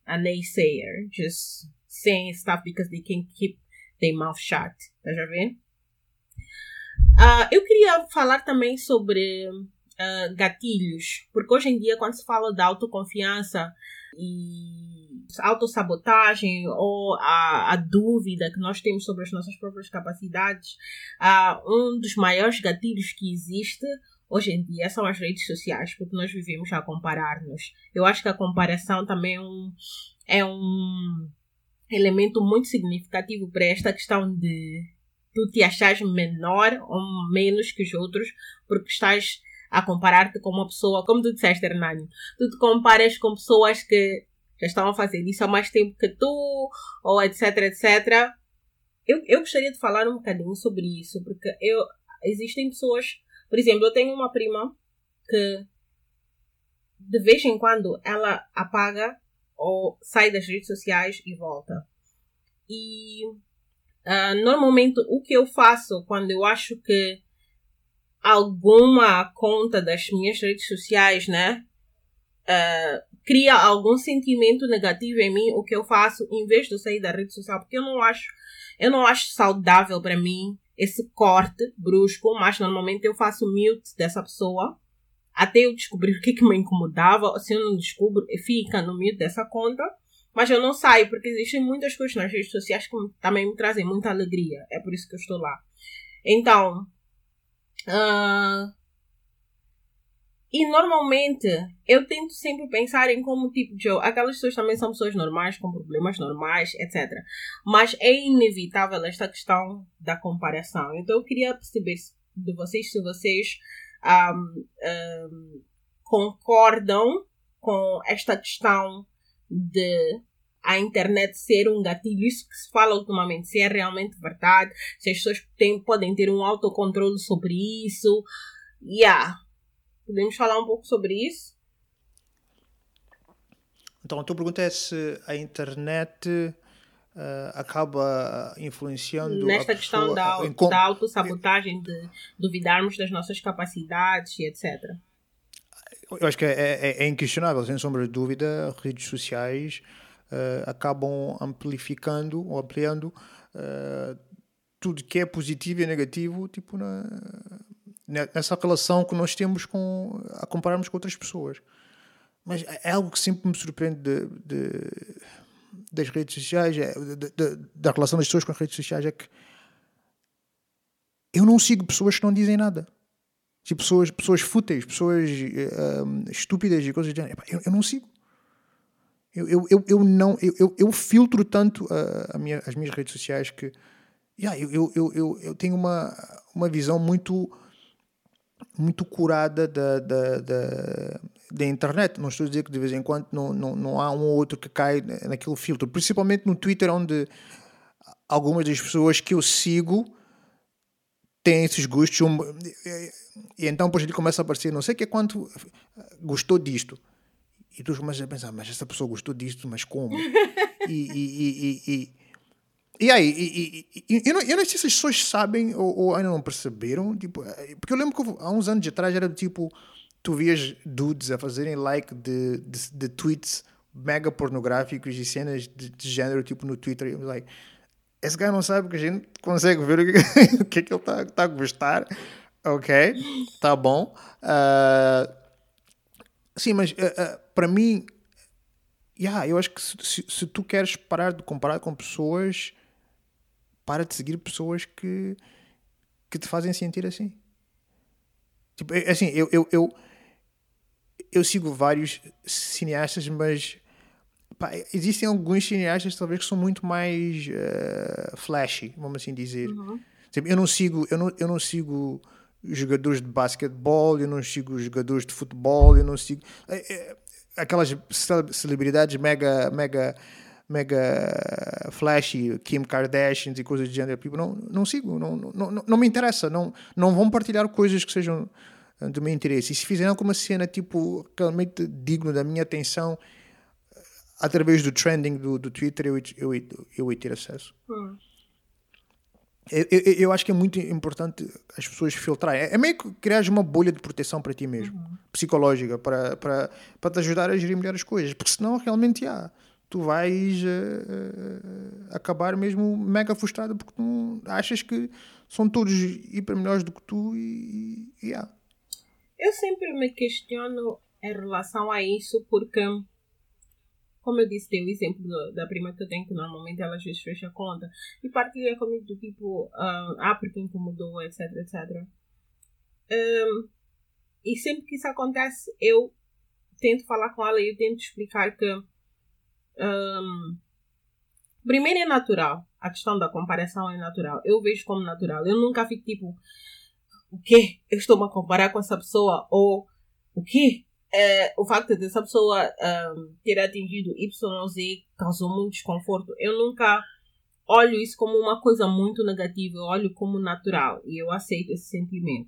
a naysayer, just saying stuff because they can keep their mouth shut. Tá já vendo? Uh, eu queria falar também sobre uh, gatilhos, porque hoje em dia, quando se fala de autoconfiança e autossabotagem ou a, a dúvida que nós temos sobre as nossas próprias capacidades, uh, um dos maiores gatilhos que existe hoje em dia são as redes sociais, porque nós vivemos a comparar-nos. Eu acho que a comparação também é um, é um elemento muito significativo para esta questão de tu te achares menor ou menos que os outros, porque estás a comparar-te com uma pessoa, como tu disseste, Hernani, tu te comparas com pessoas que já estão a fazer isso há mais tempo que tu, ou etc, etcétera. Eu, eu gostaria de falar um bocadinho sobre isso, porque eu, existem pessoas, por exemplo, eu tenho uma prima que de vez em quando ela apaga ou sai das redes sociais e volta. E uh, normalmente o que eu faço quando eu acho que alguma conta das minhas redes sociais, né, uh, cria algum sentimento negativo em mim, o que eu faço, em vez de eu sair da rede social, porque eu não acho, eu não acho saudável para mim esse corte brusco, mas normalmente eu faço mute dessa pessoa, até eu descobrir o que, que me incomodava. Se eu não descubro, fica no mute dessa conta, mas eu não saio, porque existem muitas coisas nas redes sociais que também me trazem muita alegria, é por isso que eu estou lá. Então, Uh, e normalmente eu tento sempre pensar em como tipo de aquelas pessoas também são pessoas normais com problemas normais, etcétera. Mas é inevitável esta questão da comparação. Então eu queria perceber de vocês se vocês um, um, concordam com esta questão de a internet ser um gatilho, isso que se fala ultimamente, se é realmente verdade, se as pessoas têm, podem ter um autocontrole sobre isso. Yeah. Podemos falar um pouco sobre isso? Então, a tua pergunta é se a internet uh, acaba influenciando nesta a questão pessoa... da, em... da autossabotagem, de duvidarmos das nossas capacidades e etcétera. Eu acho que é, é, é inquestionável, sem sombra de dúvida, redes sociais Uh, acabam amplificando ou ampliando uh, tudo que é positivo e negativo, tipo na, nessa relação que nós temos com, a compararmos com outras pessoas. Mas é algo que sempre me surpreende de, de, das redes sociais, é, de, de, da relação das pessoas com as redes sociais, é que eu não sigo pessoas que não dizem nada. Tipo, pessoas, pessoas fúteis, pessoas uh, estúpidas e coisas do género. Eu, eu não sigo. Eu, eu, eu, eu, não, eu, eu, eu filtro tanto uh, a minha, as minhas redes sociais que yeah, eu, eu, eu, eu, eu tenho uma, uma visão muito, muito curada da, da, da, da internet. Não estou a dizer que de vez em quando não, não, não há um ou outro que cai naquele filtro. Principalmente no Twitter, onde algumas das pessoas que eu sigo têm esses gostos. E então depois ele começa a aparecer, não sei o que é quanto gostou disto. E tu começas a pensar, mas essa pessoa gostou disto, mas como? e, e, e, e, e aí, e, e, e, eu, não, eu não sei se as pessoas sabem ou, ou ainda não perceberam, tipo, porque eu lembro que há uns anos atrás era tipo, tu vias dudes a fazerem like de, de, de tweets mega pornográficos e cenas de, de género, tipo, no Twitter, e eu like, esse cara não sabe que a gente consegue ver o que, o que é que ele está tá a gostar, ok, tá bom. Uh, sim, mas... Uh, uh, para mim, yeah, eu acho que se, se, se tu queres parar de comparar com pessoas, para de seguir pessoas que, que te fazem sentir assim. Tipo, assim, eu, eu, eu, eu sigo vários cineastas, mas pá, existem alguns cineastas talvez que são muito mais uh, flashy, vamos assim dizer. Uhum. Tipo, eu não sigo, eu não, eu não sigo jogadores de basquetebol, eu não sigo jogadores de futebol, eu não sigo... É, é, aquelas celebridades mega, mega, mega flashy, Kim Kardashian e coisas do gênero, tipo, não, não sigo, não, não, não, não me interessa, não, não vão partilhar coisas que sejam do meu interesse. E se fizerem alguma cena, tipo, realmente digno da minha atenção, através do trending do, do Twitter, eu, eu, eu, eu ia ter acesso. Hum. Eu, eu, eu acho que é muito importante as pessoas filtrarem. É meio que criar uma bolha de proteção para ti mesmo, uhum. psicológica, para, para, para te ajudar a gerir melhor as coisas. Porque senão, realmente, há. tu vais uh, acabar mesmo mega frustrado porque tu achas que são todos hiper melhores do que tu e, e yeah. Eu sempre me questiono em relação a isso porque, como eu disse, tem o exemplo do, da prima que eu tenho, que normalmente ela às vezes fecha a conta e partilha comigo do tipo, uh, ah, porque incomodou, etc, etcétera. Um, e sempre que isso acontece, eu tento falar com ela e eu tento explicar que um, primeiro é natural, a questão da comparação é natural, eu vejo como natural, eu nunca fico tipo, o quê? Eu estou-me a comparar com essa pessoa, ou o quê? É, o facto dessa pessoa um, ter atingido Y Z causou muito desconforto. Eu nunca olho isso como uma coisa muito negativa, eu olho como natural e eu aceito esse sentimento.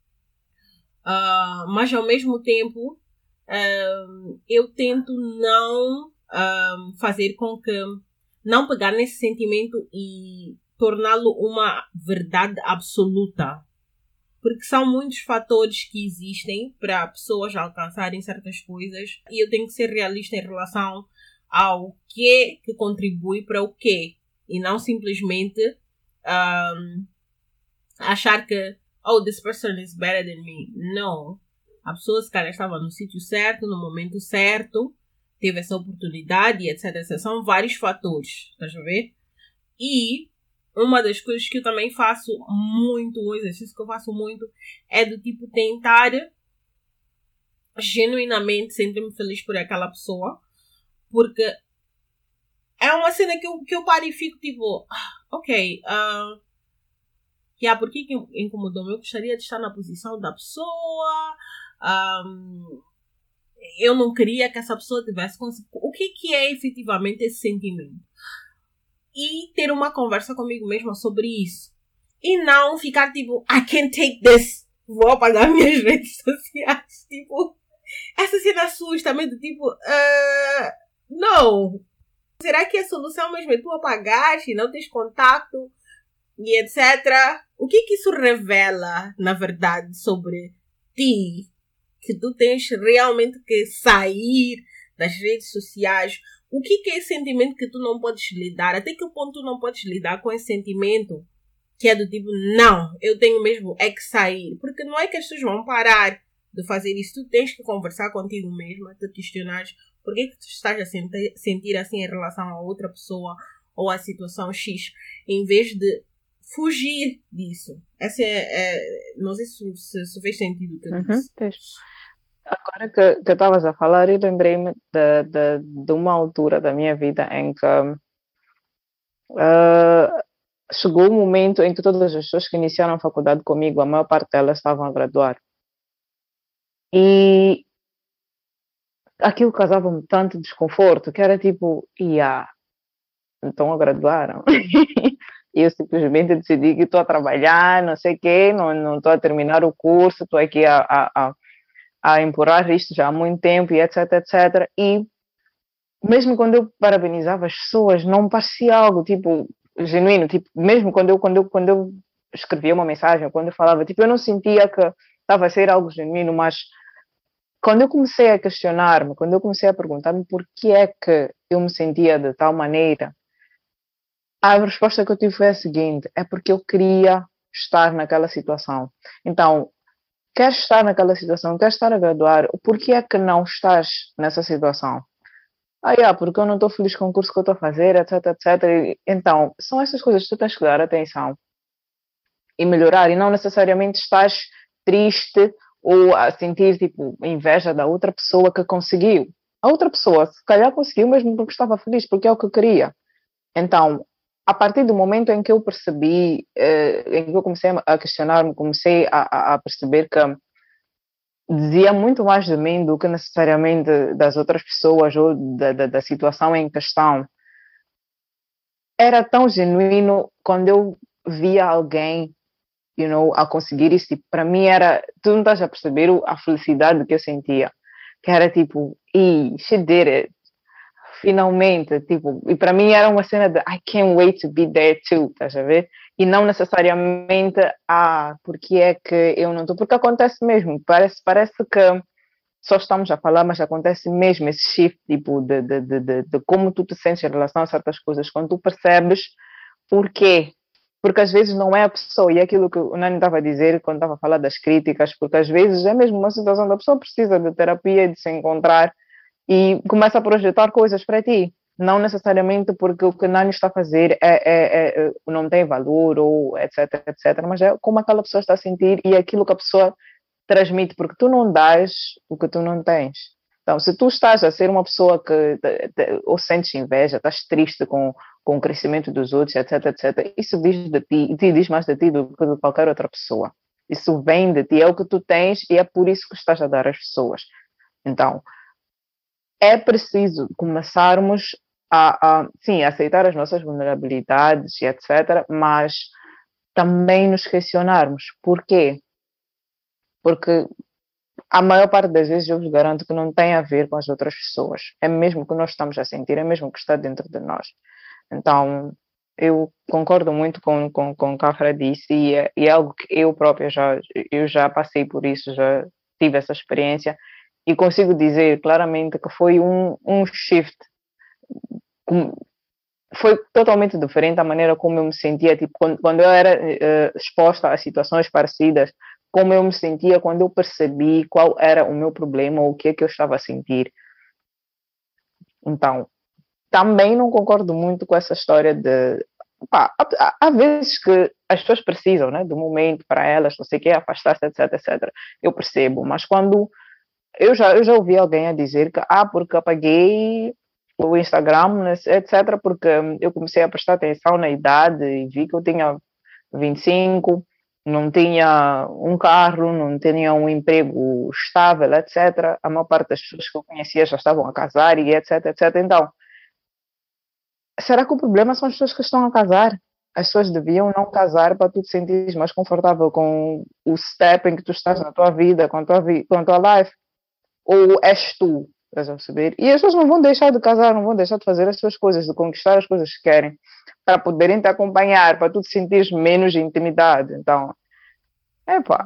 Uh, mas ao mesmo tempo, um, eu tento não um, fazer com que, não pegar nesse sentimento e torná-lo uma verdade absoluta. Porque são muitos fatores que existem para pessoas alcançarem certas coisas e eu tenho que ser realista em relação ao que que contribui para o quê. E não simplesmente um, achar que, oh, this person is better than me. Não. A pessoa se calhar estava no sítio certo, no momento certo, teve essa oportunidade, etc, etcétera. São vários fatores, estás a ver? E uma das coisas que eu também faço muito, um exercício que eu faço muito, é do tipo tentar genuinamente sentir-me feliz por aquela pessoa, porque é uma cena que eu, que eu paro e fico tipo, ok, uh, yeah, por que que incomodou-me? Eu gostaria de estar na posição da pessoa, um, eu não queria que essa pessoa tivesse conseguido. O que que é efetivamente esse sentimento? E ter uma conversa comigo mesma sobre isso. E não ficar tipo, I can't take this. Vou apagar minhas redes sociais. Tipo, essa cena assusta mesmo, tipo, uh, não. Será que a solução mesmo é tu apagares e não tens contato e etcétera. O que que isso revela, na verdade, sobre ti? Que tu tens realmente que sair das redes sociais. O que que é esse sentimento que tu não podes lidar? Até que ponto tu não podes lidar com esse sentimento que é do tipo, não, eu tenho mesmo é que sair. Porque não é que as pessoas vão parar de fazer isso. Tu tens que conversar contigo mesma, te questionares por que que tu estás a sentir, sentir assim em relação a outra pessoa ou a situação X, em vez de fugir disso. Essa é, é, não sei se, se, se fez sentido o que eu disse. Uhum, agora que, que estavas a falar, eu lembrei-me de, de, de uma altura da minha vida em que uh, chegou o um momento em que todas as pessoas que iniciaram a faculdade comigo, a maior parte delas estavam a graduar. E aquilo causava-me tanto desconforto que era tipo, yeah, então a graduaram. E eu simplesmente decidi que estou a trabalhar, não sei o quê, não estou a terminar o curso, estou aqui a, a, a, a empurrar isto já há muito tempo, e etc, etcétera. E mesmo quando eu parabenizava as pessoas, não me parecia algo, tipo, genuíno. Tipo, mesmo quando eu, quando eu, quando eu escrevia uma mensagem, quando eu falava, tipo, eu não sentia que estava a ser algo genuíno, mas quando eu comecei a questionar-me, quando eu comecei a perguntar-me por que é que eu me sentia de tal maneira, a resposta que eu tive foi a seguinte: é porque eu queria estar naquela situação. Então, queres estar naquela situação, queres estar a graduar, por que é que não estás nessa situação? Ah, yeah, porque eu não estou feliz com o curso que eu estou a fazer, etc, etcétera. E, então, são essas coisas que tu tens que dar atenção e melhorar, e não necessariamente estás triste ou a sentir, tipo, inveja da outra pessoa que conseguiu. A outra pessoa, se calhar, conseguiu mesmo porque estava feliz, porque é o que queria. Então, a partir do momento em que eu percebi, eh, em que eu comecei a questionar-me, comecei a, a perceber que dizia muito mais de mim do que necessariamente das outras pessoas ou da, da, da situação em questão. Era tão genuíno quando eu via alguém, you know, a conseguir isso. Tipo, para mim era, tu não estás a perceber a felicidade que eu sentia. Que era tipo, e she did it. Finalmente, tipo, e para mim era uma cena de I can't wait to be there too, estás a ver? E não necessariamente, ah, porque é que eu não estou, porque acontece mesmo, parece, parece que só estamos a falar, mas acontece mesmo esse shift, tipo, de, de, de, de, de como tu te sentes em relação a certas coisas, quando tu percebes por quê. Porque às vezes não é a pessoa, e é aquilo que o Nani estava a dizer quando estava a falar das críticas, porque às vezes é mesmo uma situação da pessoa precisa de terapia e de se encontrar e começa a projetar coisas para ti. Não necessariamente porque o que o Nani está a fazer é, é, é, não tem valor, ou etc, etcétera, mas é como aquela pessoa está a sentir e aquilo que a pessoa transmite, porque tu não dás o que tu não tens. Então, se tu estás a ser uma pessoa que te, te, ou sentes inveja, estás triste com, com o crescimento dos outros, etc, etcétera, isso diz de ti, e te diz mais de ti do que de qualquer outra pessoa. Isso vem de ti, é o que tu tens e é por isso que estás a dar às pessoas. Então, é preciso começarmos a, a sim, a aceitar as nossas vulnerabilidades e etcétera, mas também nos questionarmos. Por quê? Porque a maior parte das vezes eu vos garanto que não tem a ver com as outras pessoas. É mesmo que nós estamos a sentir, é mesmo que está dentro de nós. Então, eu concordo muito com, com, com o que a Afra disse e é, e é algo que eu própria já, eu já passei por isso, já tive essa experiência e consigo dizer claramente que foi um, um shift. Foi totalmente diferente a maneira como eu me sentia, tipo, quando, quando eu era uh, exposta a situações parecidas, como eu me sentia quando eu percebi qual era o meu problema ou o que é que eu estava a sentir. Então, também não concordo muito com essa história de... Pá, há, há vezes que as pessoas precisam, né, do momento para elas, não sei o que, afastar-se, etc, etcétera. Eu percebo, mas quando... Eu já, eu já ouvi alguém a dizer que, ah, porque apaguei o Instagram, etcétera, porque eu comecei a prestar atenção na idade e vi que eu tinha vinte e cinco, não tinha um carro, não tinha um emprego estável, etcétera. A maior parte das pessoas que eu conhecia já estavam a casar e etc, etcétera. Então, será que o problema são as pessoas que estão a casar? As pessoas deviam não casar para tu te sentires mais confortável com o step em que tu estás na tua vida, com a tua, vi- com a tua life? Ou és tu? Estás a perceber? E as pessoas não vão deixar de casar, não vão deixar de fazer as suas coisas, de conquistar as coisas que querem, para poderem te acompanhar, para tu te sentires menos intimidade. Então, epá.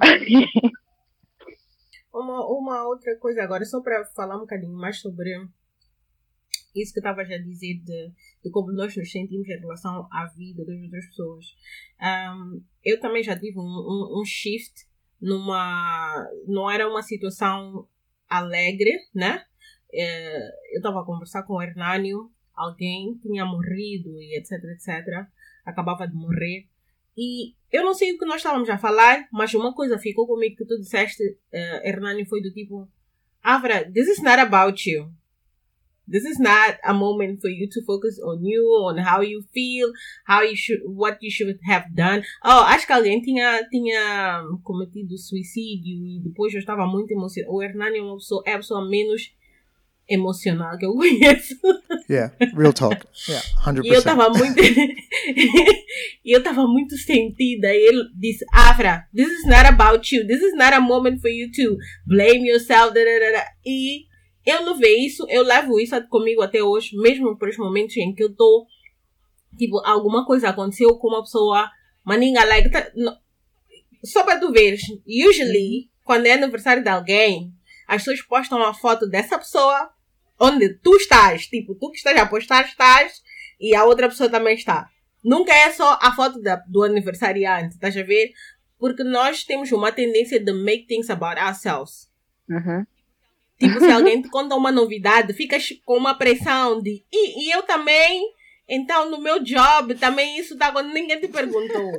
Uma, uma outra coisa agora, só para falar um bocadinho mais sobre isso que eu estava já a dizer de, de como nós nos sentimos em relação à vida das outras pessoas. Um, eu também já tive um, um, um shift numa... Não era uma situação alegre, né? Eu estava a conversar com o Hernânio, alguém tinha morrido e etc, etcétera. Acabava de morrer. E eu não sei o que nós estávamos a falar, mas uma coisa ficou comigo que tu disseste, uh, Hernânio, foi do tipo, Avra, this is not about you. This is not a moment for you to focus on you, on how you feel, how you should, what you should have done. Oh, acho que alguém tinha, tinha cometido suicídio e depois eu estava muito emocionada. O Hernani é, uma pessoa, é a pessoa menos emocional que eu conheço. Yeah, real talk. Yeah, one hundred percent. E eu estava muito... e eu estava muito sentida. E ele disse, Afra, this is not about you. This is not a moment for you to blame yourself. Da, da, da. E eu levei isso, eu levo isso comigo até hoje, mesmo por os momentos em que eu tô, tipo, alguma coisa aconteceu com uma pessoa, mas ninguém like, tá, não, só para tu veres, usually, quando é aniversário de alguém, as pessoas postam a foto dessa pessoa onde tu estás, tipo, tu que estás a postar, estás, e a outra pessoa também está. Nunca é só a foto da, do aniversariante, estás a ver? Porque nós temos uma tendência de make things about ourselves. Uhum. Tipo, se alguém te conta uma novidade, ficas com uma pressão de... E, e eu também... Então, no meu job, também isso tá quando ninguém te perguntou.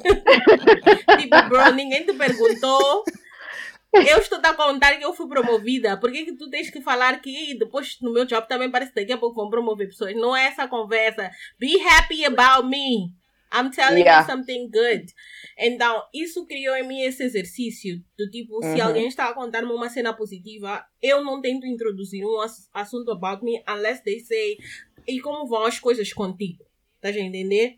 Tipo, bro, ninguém te perguntou. Eu estou a contar que eu fui promovida. Por que que tu tens que falar que depois no meu job também parece que daqui a pouco vão promover pessoas? Não é essa conversa. Be happy about me. I'm telling yeah. you something good. Então, isso criou em mim esse exercício do tipo, uhum. se alguém está a contar-me uma cena positiva, eu não tento introduzir um ass- assunto about me unless they say, e como vão as coisas contigo? Tá a entender?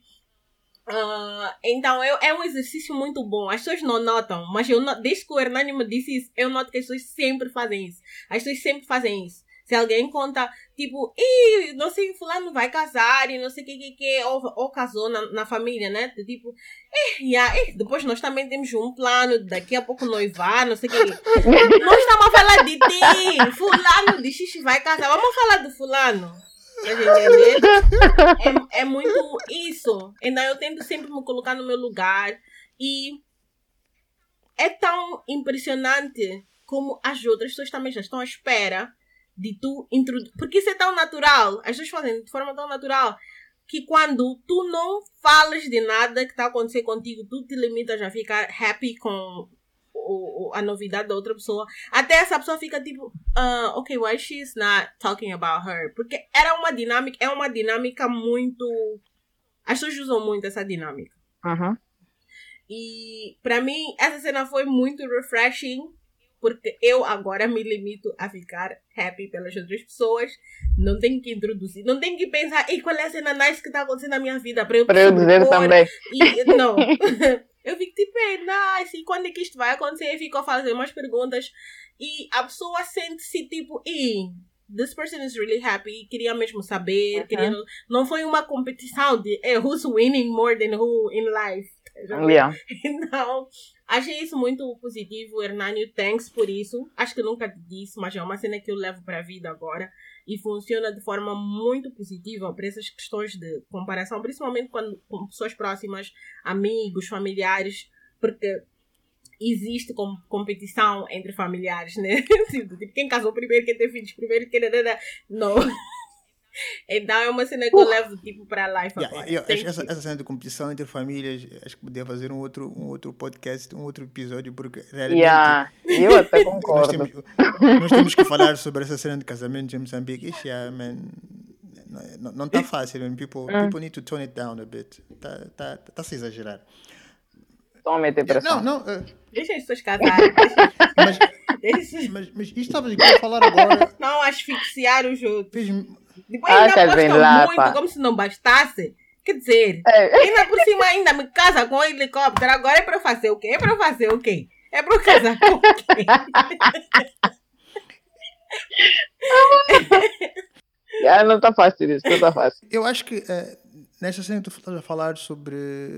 Uh, então, eu, é um exercício muito bom. As pessoas não notam, mas eu, desde que o Hernani me disse isso, eu noto que as pessoas sempre fazem isso. As pessoas sempre fazem isso. Se alguém conta, tipo, ih, não sei, fulano vai casar e não sei o que, que, que, ou, ou casou na, na família, né? Tipo, eh, yeah, eh, depois nós também temos um plano, daqui a pouco noivar, não sei o que. Nós estamos a falar de ti, fulano de xixi vai casar, vamos falar do fulano. É, é muito isso. Então eu tento sempre me colocar no meu lugar e é tão impressionante como as outras pessoas também já estão à espera de tu introduzir. Porque isso é tão natural. As pessoas fazem de forma tão natural que quando tu não falas de nada que está a acontecer contigo, tu te limitas a ficar happy com o, a novidade da outra pessoa. Até essa pessoa fica tipo, uh, ok, why she's not talking about her? Porque era uma dinâmica, é uma dinâmica muito... As pessoas usam muito essa dinâmica. Uhum. E pra mim, essa cena foi muito refreshing, porque eu agora me limito a ficar happy pelas outras pessoas. Não tenho que introduzir, não tenho que pensar, ei, qual é a cena nice que tá acontecendo na minha vida para eu, pra eu dizer também. E, não. Eu fico tipo, é nice, e quando é que isto vai acontecer? Eu fico a fazer umas perguntas e a pessoa sente-se tipo, e this person is really happy, queria mesmo saber, Uhum. queria... Não foi uma competição de eh, who's winning more than who in life. Yeah. Então, achei isso muito positivo, Hernânio, thanks por isso. Acho que nunca te disse, mas é uma cena que eu levo para a vida agora e funciona de forma muito positiva para essas questões de comparação, principalmente quando com pessoas próximas, amigos, familiares, porque existe com, competição entre familiares, né? Tipo, quem casou primeiro, quem teve filhos primeiro, quem... Não. Então é uma cena que eu levo tipo para a life Yeah, agora. eu acho que essa, essa cena de competição entre famílias, acho que podia fazer um outro, um outro podcast, um outro episódio, porque realmente Yeah. Eu até nós, concordo. temos, nós temos que falar sobre essa cena de casamento em Moçambique. Ixi, yeah, man, não, não tá fácil, man. People, Hum. people need to tone it down a bit. Tá, tá, tá se exagerar. Estão a meter Yeah, pressão. não, não, uh, Deixa as pessoas casarem. Deixa, mas, deixa, mas, mas isto estava a falar agora. não asfixiar os outros. Fez, Depois Ah, ainda quer dizer, postam lá, muito, pá. como se não bastasse. Quer dizer, É. ainda por cima ainda me casa com um helicóptero. Agora é para eu fazer o quê? É para eu fazer o quê? É para eu casar com quem? Yeah, não está fácil isso, não está fácil. eu acho que uh, nessa cena que tu estás a falar sobre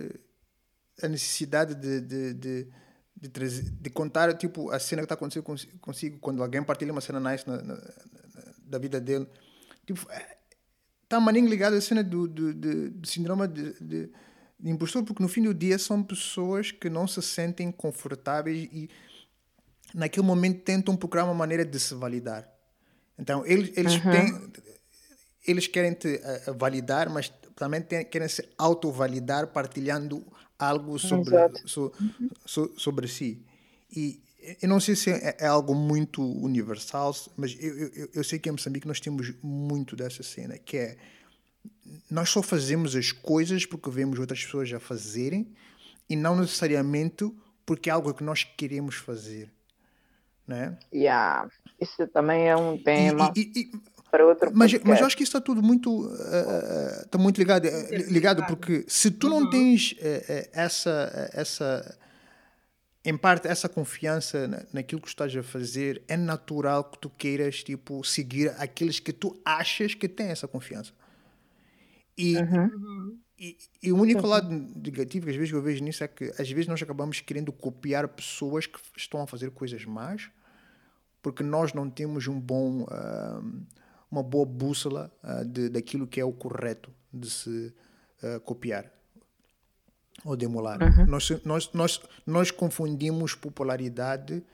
a necessidade de, de, de, de, trazer, de contar tipo, a cena que está acontecendo consigo, consigo quando alguém partilha uma cena nice na, na, na, da vida dele. Tipo, está maninho ligado à cena do, do, do, do síndrome de, de, de impostor, porque no fim do dia são pessoas que não se sentem confortáveis e naquele momento tentam procurar uma maneira de se validar. Então, eles, eles, Uhum. têm, eles querem te uh, validar, mas também têm, querem se autovalidar partilhando algo sobre, so, so, sobre si. E eu não sei se é, é algo muito universal, mas eu, eu, eu sei que em Moçambique nós temos muito dessa cena, que é nós só fazemos as coisas porque vemos outras pessoas a fazerem e não necessariamente porque é algo que nós queremos fazer. Né? Yeah. Isso também é um tema e, e, e, para outro mas, podcast. mas eu acho que isso está tudo muito, uh, está muito ligado, uh, ligado, porque se tu não tens uh, uh, essa, uh, essa, em parte, essa confiança na, naquilo que estás a fazer, é natural que tu queiras tipo, seguir aqueles que tu achas que têm essa confiança. E, Uhum. e, e o único lado negativo que às vezes eu vejo nisso é que às vezes nós acabamos querendo copiar pessoas que estão a fazer coisas más, porque nós não temos um bom, uh, uma boa bússola uh, de, daquilo que é o correto de se uh, copiar ou de emular. Uhum. Nós, nós, nós, nós confundimos popularidade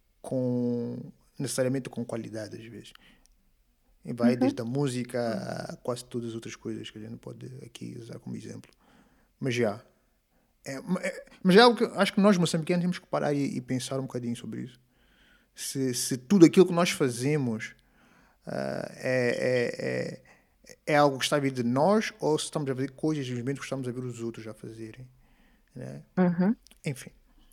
com, necessariamente com qualidade, às vezes. E vai uhum. desde a música a quase todas as outras coisas que a gente pode aqui usar como exemplo. Mas já. É, é, mas é algo que acho que nós, moçambicanos, temos que parar e, e pensar um bocadinho sobre isso. Se, se tudo aquilo que nós fazemos uh, é, é, é, é algo que está a vir de nós ou se estamos a fazer coisas simplesmente que estamos a ver os outros a fazerem. Né? Uhum. Enfim.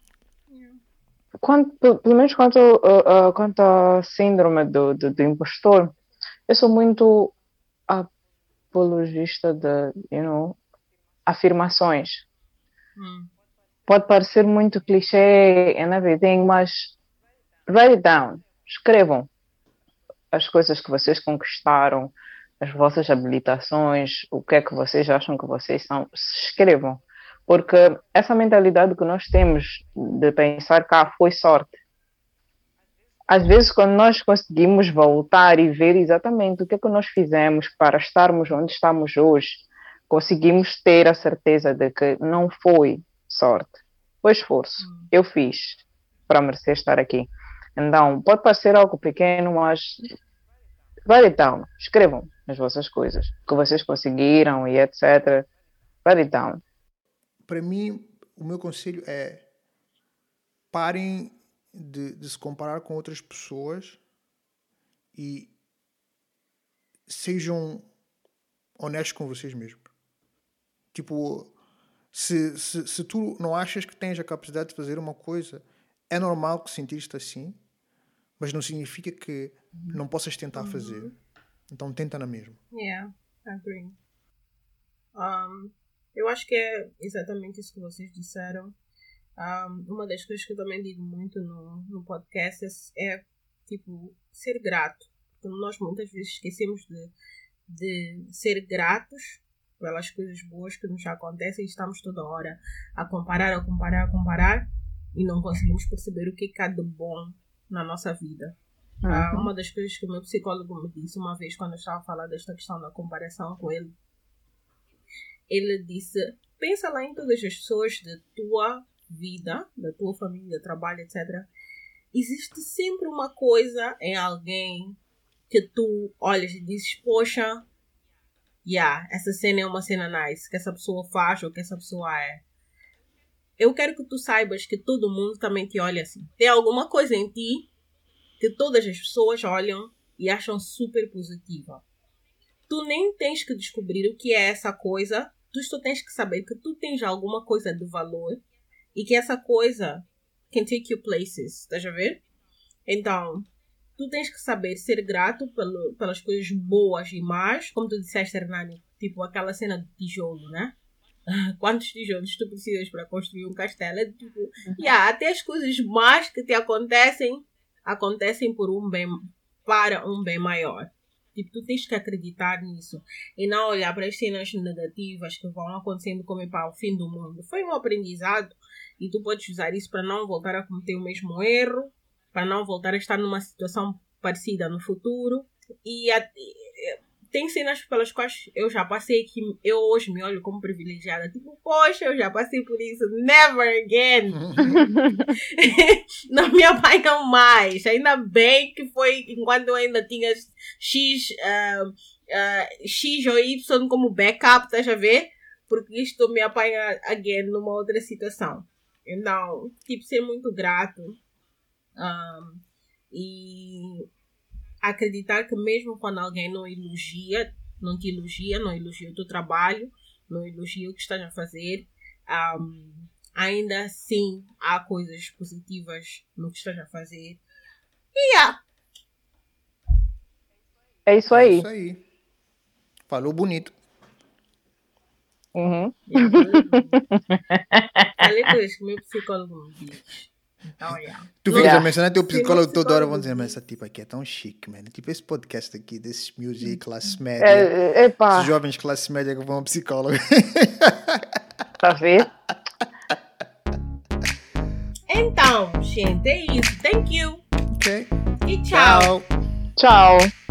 Quanto, pelo menos quanto, uh, uh, quanto à síndrome do, do, do impostor, eu sou muito apologista de, you know, afirmações. Hum. Pode parecer muito clichê and everything, mas write it down. Escrevam. as coisas que vocês conquistaram, as vossas habilitações, o que é que vocês acham que vocês são, escrevam. Porque essa mentalidade que nós temos de pensar que ah, foi sorte. Às vezes, quando nós conseguimos voltar e ver exatamente o que é que nós fizemos para estarmos onde estamos hoje, conseguimos ter a certeza de que não foi sorte, foi esforço. Eu fiz para merecer estar aqui. Então, pode parecer algo pequeno, mas write it down. Escrevam as vossas coisas, o que vocês conseguiram e etcétera. Write it down. Para mim, o meu conselho é parem de, de se comparar com outras pessoas e sejam honestos com vocês mesmos. Tipo, se, se, se tu não achas que tens a capacidade de fazer uma coisa, é normal que sentiste assim, mas não significa que não possas tentar uhum. fazer. Então tenta na mesma. Yeah, agree. Um, eu acho que é exatamente isso que vocês disseram. Um, uma das coisas que eu também digo muito no, no podcast é, é, tipo, ser grato. Então, nós muitas vezes esquecemos de, de ser gratos pelas coisas boas que nos acontecem e estamos toda hora a comparar, a comparar, a comparar e não conseguimos perceber o que é de bom na nossa vida. Uhum. Uh, uma das coisas que o meu psicólogo me disse uma vez quando eu estava a falar desta questão da comparação com ele, ele disse, pensa lá em todas as pessoas da tua vida, da tua família, trabalho, etcétera. Existe sempre uma coisa em alguém que tu olhas e dizes, poxa, yeah, essa cena é uma cena nice, que essa pessoa faz ou que essa pessoa é. Eu quero que tu saibas que todo mundo também te olha assim. Tem alguma coisa em ti que todas as pessoas olham e acham super positiva. Tu nem tens que descobrir o que é essa coisa, tu só tens que saber que tu tens alguma coisa de valor e que essa coisa can take you places, estás a ver? Então, tu tens que saber ser grato pelo, pelas coisas boas e más, como tu disseste, Hernani, tipo aquela cena do tijolo, né? Quantos tijolos tu precisas para construir um castelo? É tipo, uhum. yeah, até as coisas más que te acontecem, acontecem por um bem, para um bem maior. Tipo, tu tens que acreditar nisso e não olhar para as cenas negativas que vão acontecendo como para o fim do mundo. Foi um aprendizado e tu podes usar isso para não voltar a cometer o mesmo erro, para não voltar a estar numa situação parecida no futuro. E a, tem cenas pelas quais eu já passei que eu hoje me olho como privilegiada. Tipo, poxa, eu já passei por isso. Never again. Não me apanham mais. Ainda bem que foi enquanto eu ainda tinha X, uh, uh, X ou Y como backup, estás a ver? Porque isto me apanha again numa outra situação. Então, tipo, ser muito grato. Um, e acreditar que mesmo quando alguém não elogia, não te elogia, não elogia o teu trabalho, não elogia o que estás a fazer, um, ainda assim há coisas positivas no que estás a fazer. E yeah. É isso aí. É isso aí. Falou bonito. Uhum. Falei coisas que o meu psicólogo me diz. Então, yeah. Tu ficas yeah. a mencionar teu psicólogo toda hora, vão dizer, mas essa tipo aqui é tão chique, mano. Tipo esse podcast aqui, desses music, classe média, é, esses jovens classe média que vão a psicólogo. Tá a ver? Então, gente, é isso. Thank you. Ok. E tchau. Tchau. Tchau.